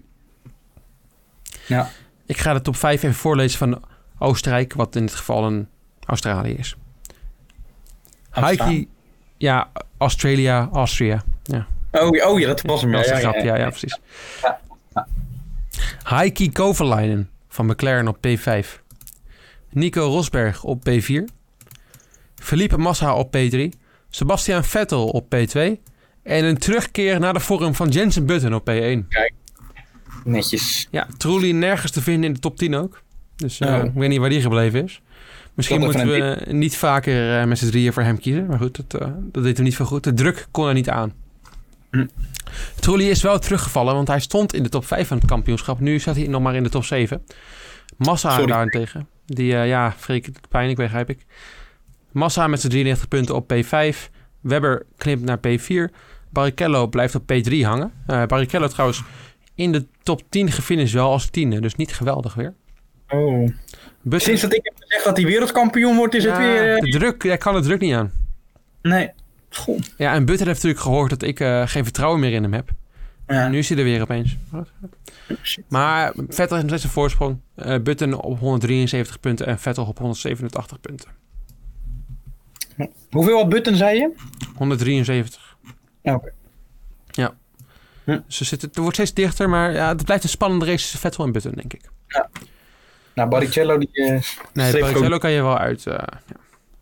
Ja. Ik ga de top vijf even voorlezen van Oostenrijk, wat in dit geval een Australië is. Heikki, ja, Australia, Austria. Ja. Oh, oh ja, dat was hem. Ja, ja, ja, ja, ja, ja, ja, precies. Ja. Ja. Heikki Kovalainen van McLaren op P vijf. Nico Rosberg op P vier. Felipe Massa op P drie. Sebastian Vettel op P twee. En een terugkeer naar de vorm van Jensen Button op P één. Kijk, netjes. Ja, Trulli nergens te vinden in de top tien ook. Dus uh, oh. ik weet niet waar die gebleven is. Misschien moeten we uh, niet vaker uh, met z'n drieën voor hem kiezen. Maar goed, dat, uh, dat deed hem niet veel goed. De druk kon er niet aan. Hm. Trulli is wel teruggevallen, want hij stond in de top vijf van het kampioenschap. Nu staat hij nog maar in de top zeven. Massa Sorry. daarentegen. Die, uh, ja, Freek, pijnlijk begrijp ik. Massa met zijn drieënnegentig punten op P vijf. Webber klimt naar P vier. Barrichello blijft op P drie hangen. Uh, Barrichello trouwens in de top tien gefinished wel als tiende. Dus niet geweldig weer. Oh. Button, Sinds dat ik heb gezegd dat hij wereldkampioen wordt, is ja, het weer... Uh... De druk, hij kan de druk niet aan. Nee. Goh. Ja, en Button heeft natuurlijk gehoord dat ik uh, geen vertrouwen meer in hem heb. Ja. En nu is hij er weer opeens. Shit. Maar Vettel heeft nog steeds een voorsprong. Uh, Button op honderddrieënzeventig punten en Vettel op honderdzevenentachtig punten. hoeveel had Button, zei je? honderddrieënzeventig. Ja, oké. Ja. Hm. Dus het, zit, het wordt steeds dichter, maar ja, het blijft een spannende race tussen Vettel en Button, denk ik. Ja. Nou, Barrichello die... Uh, Nee, Barrichello gewoon... kan je wel uit... Uh, ja.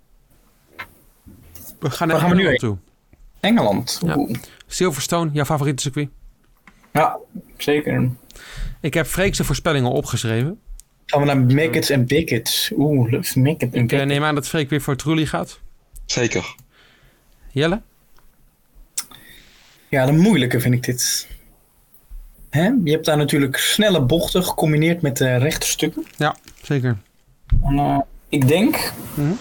We gaan naar Engeland we nu toe. Engeland. Ja. Silverstone, jouw favoriete circuit? Ja, zeker. Ik heb Freekse voorspellingen opgeschreven. Gaan we naar Mackets en Bickets. Oeh, Mackets en Bickets. Ik uh, neem aan dat Freek weer voor Trulli gaat. Zeker. Jelle? Ja, de moeilijke vind ik dit. Hè? Je hebt daar natuurlijk snelle bochten gecombineerd met uh, rechte stukken. Ja, zeker. En, uh, ik denk... Mm-hmm.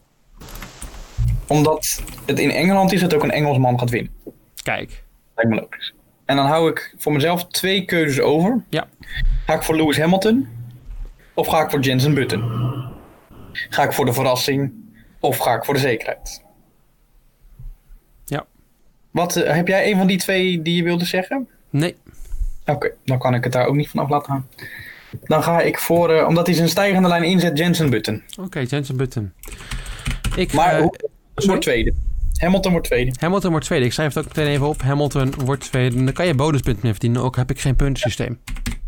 Omdat het in Engeland is, dat ook een Engelsman gaat winnen. Kijk. Lijkt me logisch. En dan hou ik voor mezelf twee keuzes over. Ja. Ga ik voor Lewis Hamilton? Of ga ik voor Jenson Button? Ga ik voor de verrassing? Of ga ik voor de zekerheid? Ja. Wat, uh, heb jij een van die twee die je wilde zeggen? Nee. Oké, okay, dan kan ik het daar ook niet vanaf laten gaan. Dan ga ik voor, uh, omdat hij zijn stijgende lijn inzet, Jenson Button. Oké, okay, Jenson Button. Ik, maar uh, wordt tweede. Hamilton wordt tweede. Hamilton wordt tweede. Ik schrijf het ook meteen even op. Hamilton wordt tweede. Dan kan je bonuspunten mee verdienen. Ook heb ik geen puntensysteem.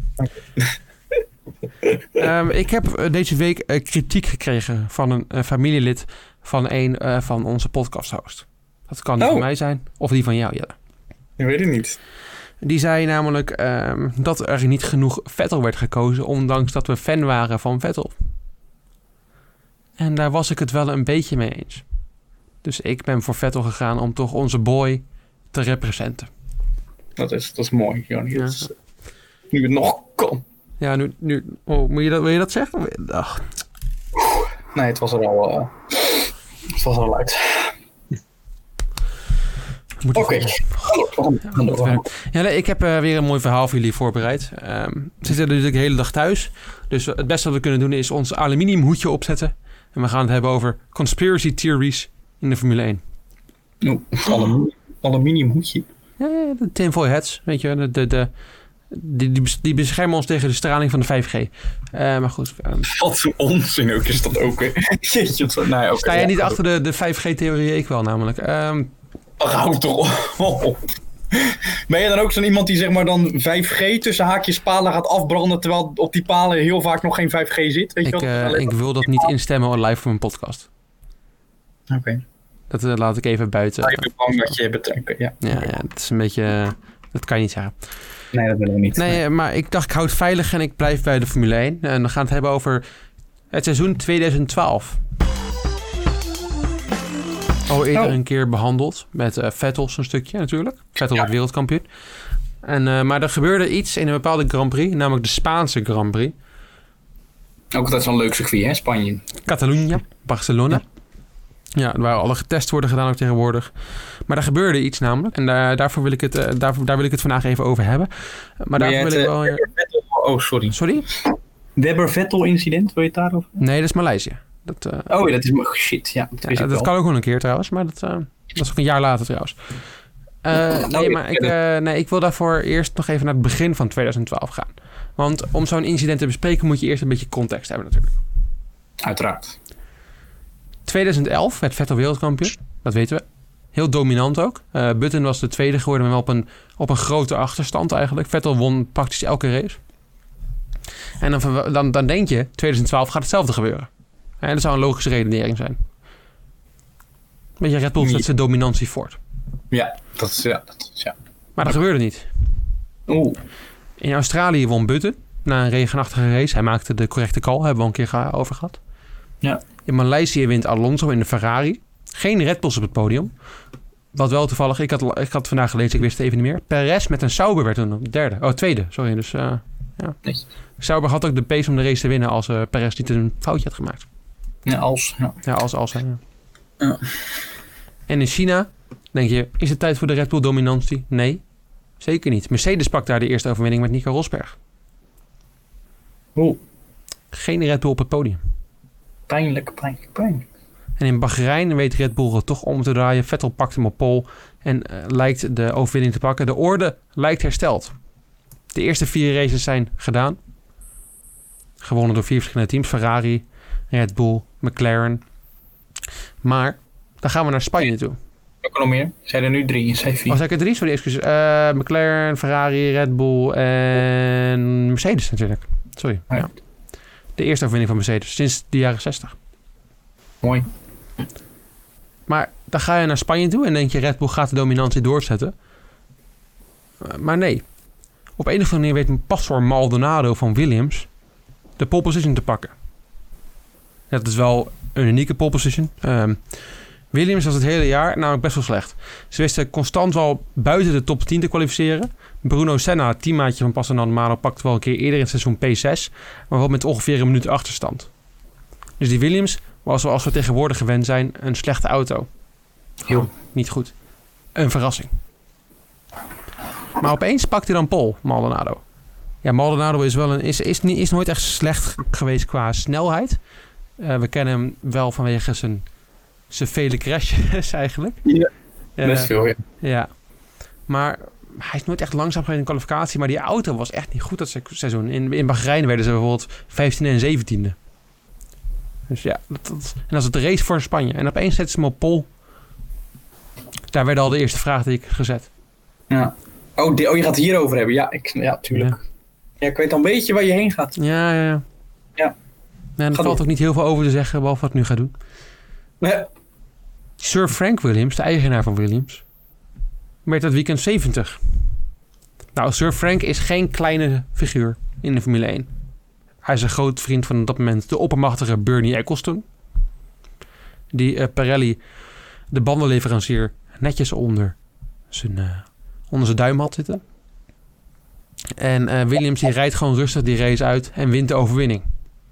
um, ik heb uh, deze week uh, kritiek gekregen van een uh, familielid van een uh, van onze podcasthost. Dat kan die oh. van mij zijn. Of die van jou, Jelle. Ik weet het niet. Die zei namelijk um, dat er niet genoeg Vettel werd gekozen, ondanks dat we fan waren van Vettel. En daar was ik het wel een beetje mee eens. Dus ik ben voor Vettel gegaan om toch onze boy te representen. Dat is, dat is mooi, Johnny. Ja. Is, nu het nog kan. Ja, nu... nu oh, moet je dat, wil je dat zeggen? Ach. Nee, het was er al... Uh, het was er al uit. Oké. Okay. Ja, ja, nee, ik heb uh, weer een mooi verhaal voor jullie voorbereid. Um, we zitten natuurlijk de hele dag thuis. Dus het beste wat we kunnen doen is ons aluminium hoedje opzetten. En we gaan het hebben over conspiracy theories in de Formule één. Oh, aluminium, aluminium hoedje? Ja, de tinfoil hats, weet je. De, de, de, die, die, die beschermen ons tegen de straling van de vijf G. Uh, maar goed. Um, Wat een onzin ook is dat ook. Jeetje, nee, okay, sta jij ja, niet achter de, de vijf G-theorie? Ik wel namelijk. Um, Hou toch op. Ben je dan ook zo'n iemand die zeg maar dan vijf G tussen haakjes palen gaat afbranden, terwijl op die palen heel vaak nog geen vijf G zit? Weet ik, je uh, ik wil dat niet instemmen live voor mijn podcast. Oké. Okay. Dat uh, laat ik even buiten. Ik ben bang dat je betrekken, ja. Ja, ja, dat is een beetje... Uh, dat kan je niet zeggen. Nee, dat willen we niet. Nee, nee, maar ik dacht ik houd het veilig en ik blijf bij de Formule één. En we gaan het hebben over het seizoen twintig twaalf. Al eerder oh. een keer behandeld met uh, Vettel een stukje natuurlijk. Vettel wordt ja. wereldkampioen. En, uh, maar er gebeurde iets in een bepaalde Grand Prix, namelijk de Spaanse Grand Prix. Ook altijd zo'n leuk circuit, hè, Spanje. Catalunya, Barcelona. Ja, ja, waar alle getest worden gedaan ook tegenwoordig. Maar er gebeurde iets namelijk. En uh, daarvoor wil ik het, uh, daarvoor, daar wil ik het vandaag even over hebben. Maar, maar daarvoor wil ik wel... Uh, Vettel, oh, sorry. Sorry? Webber-Vettel-incident, wil je het daarover? Nee, dat is Maleisië. Dat, uh, oh ja, dat is... Oh, shit, ja. Dat, ja, dat kan ook wel een keer trouwens, maar dat, uh, dat is ook een jaar later trouwens. Uh, nou, nee, maar ik, uh, nee, ik wil daarvoor eerst nog even naar het begin van twintig twaalf gaan. Want om zo'n incident te bespreken moet je eerst een beetje context hebben natuurlijk. Uiteraard. twintig elf werd Vettel wereldkampioen, dat weten we. Heel dominant ook. Uh, Button was de tweede geworden, maar op een, op een grote achterstand eigenlijk. Vettel won praktisch elke race. En dan, dan, dan denk je, twintig twaalf gaat hetzelfde gebeuren. En dat zou een logische redenering zijn. Beetje Red Bull zet zijn dominantie voort. Ja, dat is ja. Dat is, ja. Maar dat gebeurde niet. Oeh. In Australië won Button na een regenachtige race. Hij maakte de correcte call, hebben we al een keer over gehad. Ja. In Maleisië wint Alonso in de Ferrari. Geen Red Bulls op het podium. Wat wel toevallig, ik had, ik had vandaag gelezen, ik wist het even niet meer. Perez met een Sauber werd toen derde. Oh, tweede, sorry. Dus uh, ja. Nee. Sauber had ook de pace om de race te winnen als uh, Perez niet een foutje had gemaakt. Ja, als. Ja, ja als, als. Ja. Ja. En in China Denk je, is het tijd voor de Red Bull dominantie? Nee, zeker niet. Mercedes pakt daar de eerste overwinning met Nico Rosberg. Oeh. Geen Red Bull op het podium. Pijnlijk, pijnlijk, pijnlijk. En in Bahrein weet Red Bull het toch om te draaien. Vettel pakt hem op pole en uh, lijkt de overwinning te pakken. De orde lijkt hersteld. De eerste vier races zijn gedaan. Gewonnen door vier verschillende teams. Ferrari, Red Bull, McLaren. Maar dan gaan we naar Spanje toe. Ook nog meer. Zijn er nu drie? Zijn vier. Oh, zijn er drie? Sorry, excuses. Uh, McLaren, Ferrari, Red Bull en Mercedes natuurlijk. Sorry. Ja. Ja. De eerste overwinning van Mercedes sinds de jaren zestig. Mooi. Maar dan ga je naar Spanje toe en denk je Red Bull gaat de dominantie doorzetten. Uh, maar nee. Op een of andere manier weet Pastor Maldonado van Williams de pole position te pakken. Dat is wel een unieke pole position. Um, Williams was het hele jaar namelijk best wel slecht. Ze wisten constant wel buiten de top tien te kwalificeren. Bruno Senna, het teammaatje van Pastor Maldonado, pakte wel een keer eerder in het seizoen P zes. Maar wel met ongeveer een minuut achterstand. Dus die Williams was zoals we tegenwoordig gewend zijn een slechte auto. Jo. Niet goed. Een verrassing. Maar opeens pakt hij dan pole, Maldonado. Ja, Maldonado is, wel een, is, is, is, is nooit echt slecht geweest qua snelheid. Uh, we kennen hem wel vanwege zijn, zijn vele crashes eigenlijk. Ja, uh, best veel, ja. Ja. Maar hij is nooit echt langzaam geweest in de kwalificatie. Maar die auto was echt niet goed dat seizoen. In, in Bahrein werden ze bijvoorbeeld vijftiende en zeventiende. Dus ja, dat, dat, en dat is het de race voor Spanje. En opeens zetten ze hem op pole. Daar werden al de eerste vraagtekens gezet. Ja. Oh, die, oh, je gaat het hierover hebben. Ja, ik, ja, tuurlijk. Ja. Ja, ik weet al een beetje waar je heen gaat. Ja, ja, ja. Ja. Nee, er valt ook niet heel veel over te zeggen, behalve wat ik nu ga doen. Nee. Sir Frank Williams, de eigenaar van Williams, werd dat weekend zeventig. Nou, Sir Frank is geen kleine figuur in de Formule één. Hij is een groot vriend van op dat moment de oppermachtige Bernie Ecclestone. Die uh, Pirelli, de bandenleverancier, netjes onder zijn, uh, onder zijn duim had zitten. En uh, Williams die rijdt gewoon rustig die race uit en wint de overwinning.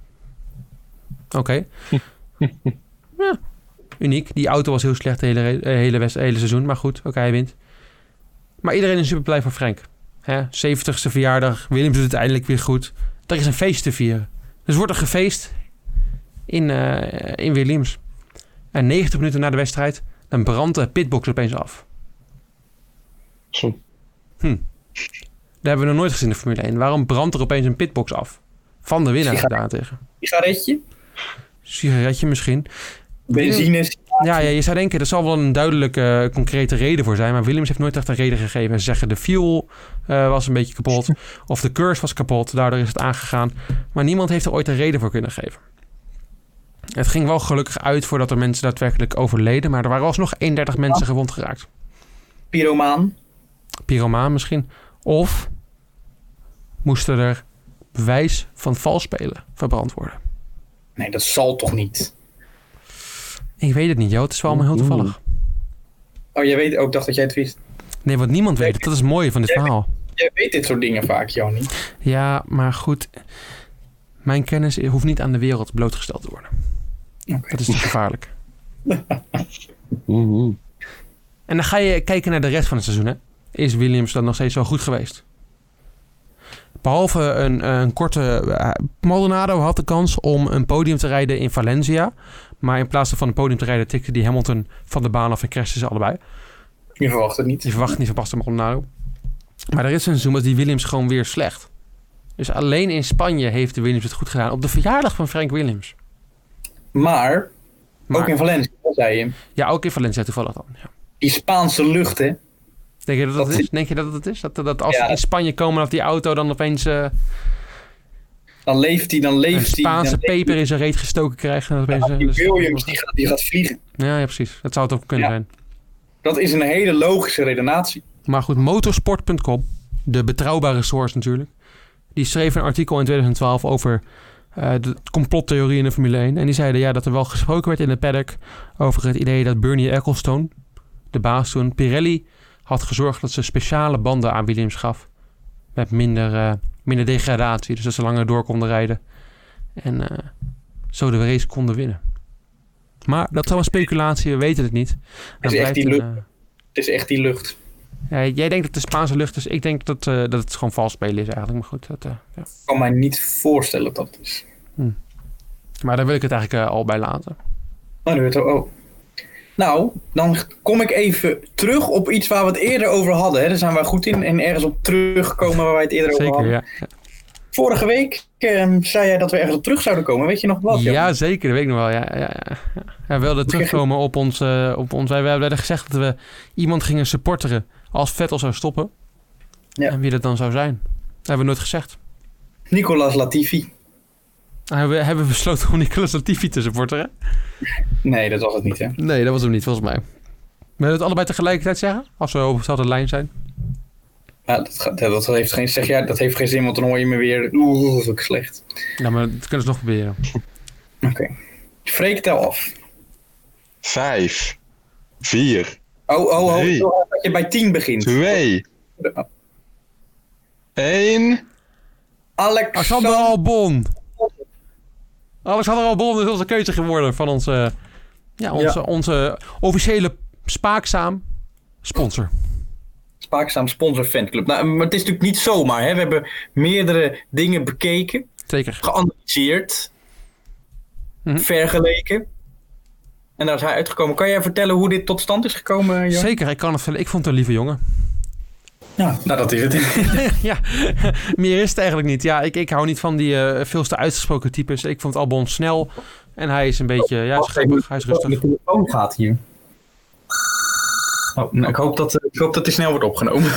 Oké. Okay. Ja, uniek. Die auto was heel slecht de hele, hele, hele, hele seizoen. Maar goed, oké, okay, hij wint. Maar iedereen is super blij voor Frank. Hè? zeventigste verjaardag. Williams doet het eindelijk weer goed. Er is een feest te vieren. Dus wordt er gefeest in, uh, in Williams. En negentig minuten na de wedstrijd, dan brandt de pitbox opeens af. Zo. Hm. Dat hebben we nog nooit gezien in de Formule één. Waarom brandt er opeens een pitbox af? Van de winnaar Sigaret. daartegen. Sigaretje? Sigaretje misschien. Benzine. Ja, ja, je zou denken, er zal wel een duidelijke, uh, concrete reden voor zijn. Maar Williams heeft nooit echt een reden gegeven. Ze zeggen de fuel uh, was een beetje kapot. Of de curse was kapot. Daardoor is het aangegaan. Maar niemand heeft er ooit een reden voor kunnen geven. Het ging wel gelukkig uit voordat er mensen daadwerkelijk overleden. Maar er waren alsnog eenendertig oh. mensen gewond geraakt. Pyromaan. Pyromaan misschien. Of moesten er bewijs van vals spelen verbrand worden. Nee, dat zal toch niet? Ik weet het niet, joh. Het is wel allemaal heel toevallig. Oh, jij weet ook, dacht dat jij het wist. Nee, want niemand weet het. Dat is het mooie van dit jij verhaal. Weet, jij weet dit soort dingen vaak, jou niet. Ja, maar goed. Mijn kennis hoeft niet aan de wereld blootgesteld te worden. Okay. Dat is te gevaarlijk. Mm-hmm. En dan ga je kijken naar de rest van het seizoen, hè. Is Williams dan nog steeds zo goed geweest? Behalve een, een korte... Uh, Maldonado had de kans om een podium te rijden in Valencia. Maar in plaats van een podium te rijden... tikte die Hamilton van de baan af en crashten ze allebei. Je verwacht het niet. Je verwacht het niet van Pastor Maldonado. Maar er is een seizoen was die Williams gewoon weer slecht. Dus alleen in Spanje heeft de Williams het goed gedaan. Op de verjaardag van Frank Williams. Maar, maar ook in Valencia, zei je. Ja, ook in Valencia toevallig dan. Ja. Die Spaanse lucht, hè. Denk je dat dat, dat is? is? Denk je dat het is? Dat, dat als ja. we in Spanje komen, dat die auto dan opeens... Uh, dan leeft hij, dan leeft hij. Een Spaanse hij, peper in zijn reet gestoken krijgt. En dat opeens, ja, die Williams, die gaat, die gaat vliegen. Ja, ja, precies. Dat zou het ook kunnen ja. zijn. Dat is een hele logische redenatie. Maar goed, motorsport punt com, de betrouwbare source natuurlijk, die schreef een artikel in twintig twaalf over uh, de complottheorie in de Formule één. En die zeiden ja, dat er wel gesproken werd in de paddock over het idee dat Bernie Ecclestone, de baas toen, Pirelli, had gezorgd dat ze speciale banden aan Williams gaf. Met minder, uh, minder degradatie. Dus dat ze langer door konden rijden. En uh, zo de race konden winnen. Maar dat is wel een speculatie, we weten het niet. Het is echt die lucht. Uh, is echt die lucht. Ja, jij denkt dat de Spaanse lucht is. Ik denk dat, uh, dat het gewoon vals spelen is eigenlijk. Maar goed, dat... Uh, ja. Ik kan mij niet voorstellen dat dat is. Hm. Maar daar wil ik het eigenlijk uh, al bij laten. Oh, nu het oh. Nou, dan kom ik even terug op iets waar we het eerder over hadden. Hè. Daar zijn we goed in en ergens op teruggekomen waar wij het eerder zeker, over hadden. Ja. Vorige week eh, zei jij dat we ergens op terug zouden komen. Weet je nog wat? Ja, ja zeker. Dat weet ik nog wel. Ja, ja, ja. Ja, we wilden terugkomen op ons... Uh, op ons wij hadden gezegd dat we iemand gingen supporteren als Vettel zou stoppen. Ja. En wie dat dan zou zijn. Dat hebben we nooit gezegd. Nicolas Latifi. Hebben we, hebben we besloten om Nicolas Latifi te supporteren? Nee, dat was het niet, hè? Nee, dat was hem niet, volgens mij. Willen we het allebei tegelijkertijd zeggen? Als we op dezelfde lijn zijn? Ja, dat, dat, heeft geen, zeg jij, dat heeft geen zin, want dan hoor je me weer... Oeh, dat is ook slecht. Ja, maar dat kunnen ze nog proberen. Oké. Okay. Freek, tel af. Vijf. Vier. Oh, oh, oh. Drie, dat je bij tien begint. Twee. Eén. Alexander Albon. Alexander Albon is onze keuze geworden van onze, ja, onze, ja. onze officiële Spaakzaam sponsor. Spaakzaam sponsor fanclub. Nou, maar het is natuurlijk niet zomaar. Hè? We hebben meerdere dingen bekeken. Zeker. Geanalyseerd. Mm-hmm. Vergeleken. En daar is hij uitgekomen. Kan jij vertellen hoe dit tot stand is gekomen, Jan? Zeker, ik kan het vertellen. Ik vond het een lieve jongen. Ja, nou dat is het. Ja, meer is het eigenlijk niet. Ja, ik, ik hou niet van die uh, veel te uitgesproken types. Ik vond Albon snel en hij is een beetje, ja, scheppig, hij is rustig. De telefoon gaat hier. Oh, nou, ik, hoop dat, ik hoop dat hij snel wordt opgenomen.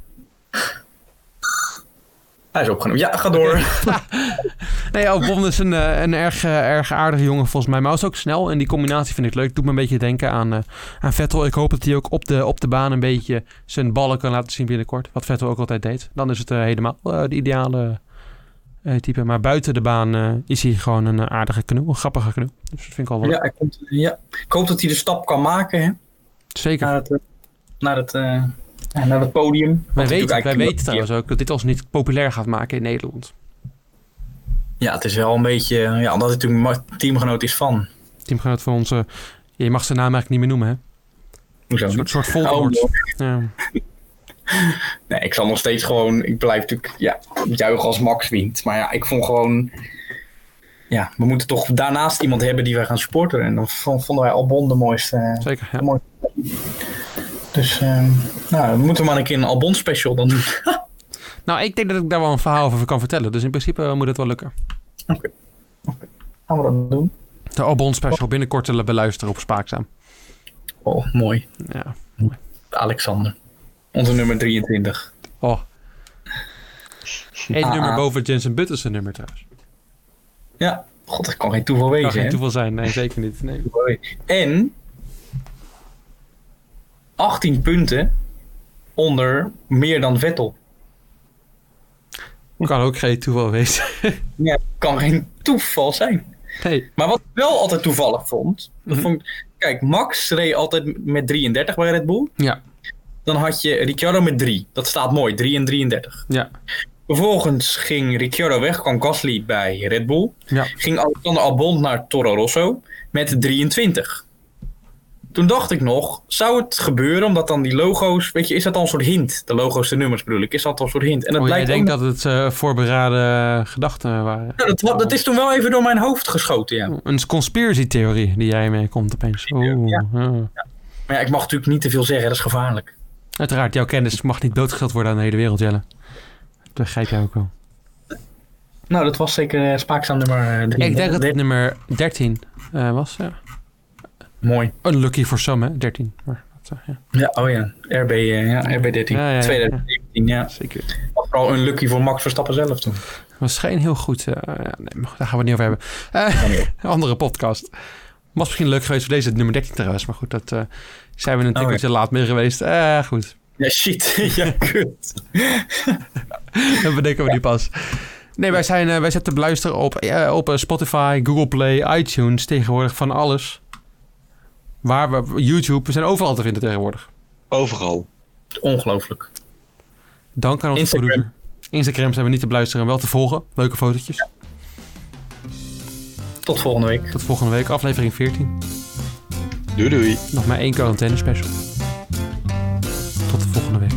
Hij is opgenomen. Ja, ga door. Okay. Nee, Albon is een, een erg, erg aardige jongen volgens mij. Maar hij is ook snel en die combinatie vind ik leuk. Doet me een beetje denken aan, uh, aan Vettel. Ik hoop dat hij ook op de, op de baan een beetje zijn ballen kan laten zien binnenkort. Wat Vettel ook altijd deed. Dan is het uh, helemaal uh, de ideale uh, type. Maar buiten de baan uh, is hij gewoon een aardige knul. Een grappige knul. Dus dat vind ik al wel ja, hij komt, ja, ik hoop dat hij de stap kan maken. Hè? Zeker. Naar het, uh, naar het, uh, naar het podium. Wij weten, wij weten trouwens ook dat dit ons niet populair gaat maken in Nederland. Ja, het is wel een beetje... Ja, omdat het natuurlijk teamgenoot is van. Teamgenoot van onze... Je mag zijn naam eigenlijk niet meer noemen, hè? Hoezo? Een soort, soort Voldemort. Oh, ja. Nee, ik zal nog steeds gewoon... Ik blijf natuurlijk ja, juichen als Max wint. Maar ja, ik vond gewoon... Ja, we moeten toch daarnaast iemand hebben die wij gaan supporten. En dan vonden wij Albon de mooiste... Zeker, ja. De mooiste. Dus, uh, nou, we moeten maar een keer een Albon special dan doen. Nou, ik denk dat ik daar wel een verhaal over kan vertellen. Dus in principe moet het wel lukken. Oké. Okay. Okay. Gaan we dat doen? De Albon special binnenkort te beluisteren op Spaakzaam. Oh, mooi. Ja. Mooi. Alexander. Onze nummer drieëntwintig. Oh. Eén nummer boven Jensen Button's nummer trouwens. Ja. God, dat kan geen toeval wezen. Dat kan geen hè? toeval zijn. Nee, zeker niet. Nee. En... achttien punten onder meer dan Vettel. Kan ook geen toeval wezen. Ja, kan geen toeval zijn. Nee. Maar wat ik wel altijd toevallig vond, dat mm-hmm. vond ik, kijk, Max reed altijd met drieëndertig bij Red Bull. Ja. Dan had je Ricciardo met drie. Dat staat mooi, drie en drieëndertig. Ja. Vervolgens ging Ricciardo weg, kwam Gasly bij Red Bull. Ja. Ging Alexander Albon naar Toro Rosso met drieëntwintig. Toen dacht ik nog, zou het gebeuren omdat dan die logo's... Weet je, is dat al een soort hint? De logo's, de nummers bedoel ik. Is dat al een soort hint? En dat oh, blijkt jij denkt dat het uh, voorberaden gedachten waren? Ja, dat, dat is toen wel even door mijn hoofd geschoten, ja. Een conspiracy-theorie die jij mee komt opeens. Oeh, ja. Ja. Ja. Maar ja, ik mag natuurlijk niet te veel zeggen. Dat is gevaarlijk. Uiteraard, jouw kennis mag niet blootgesteld worden aan de hele wereld, Jelle. Dat begrijp jij ook wel. Nou, dat was zeker uh, Spaakzaam nummer drie. Ik denk dat het nummer dertien uh, was, ja. Mooi. Unlucky for some, hè? dertien. Maar, dat, uh, ja. ja, oh ja. R B, uh, ja, R B dertien. Ja, ja, ja, twintig negentien, ja. ja. Zeker. Vooral unlucky voor Max Verstappen zelf toen. Was geen heel goed... Uh, ja, nee, maar daar gaan we het niet over hebben. Uh, een andere podcast. Was misschien leuk geweest voor deze nummer dertien trouwens. Maar goed, dat uh, zijn we een tikkeltje oh, ja. laat mee geweest. Uh, goed. Ja, shit. Ja, kut. Dat bedenken we nu pas. Nee, wij zijn, uh, wij zijn te beluisteren op, uh, op uh, Spotify, Google Play, iTunes. Tegenwoordig van alles. Waar we, YouTube, we zijn overal te vinden tegenwoordig. Overal. Ongelooflijk. Dank aan onze Instagram. producer. Instagram zijn we niet te beluisteren en wel te volgen. Leuke fotootjes. Ja. Tot volgende week. Tot volgende week, aflevering veertien. Doei doei. Nog maar één quarantaine special. tot de volgende week.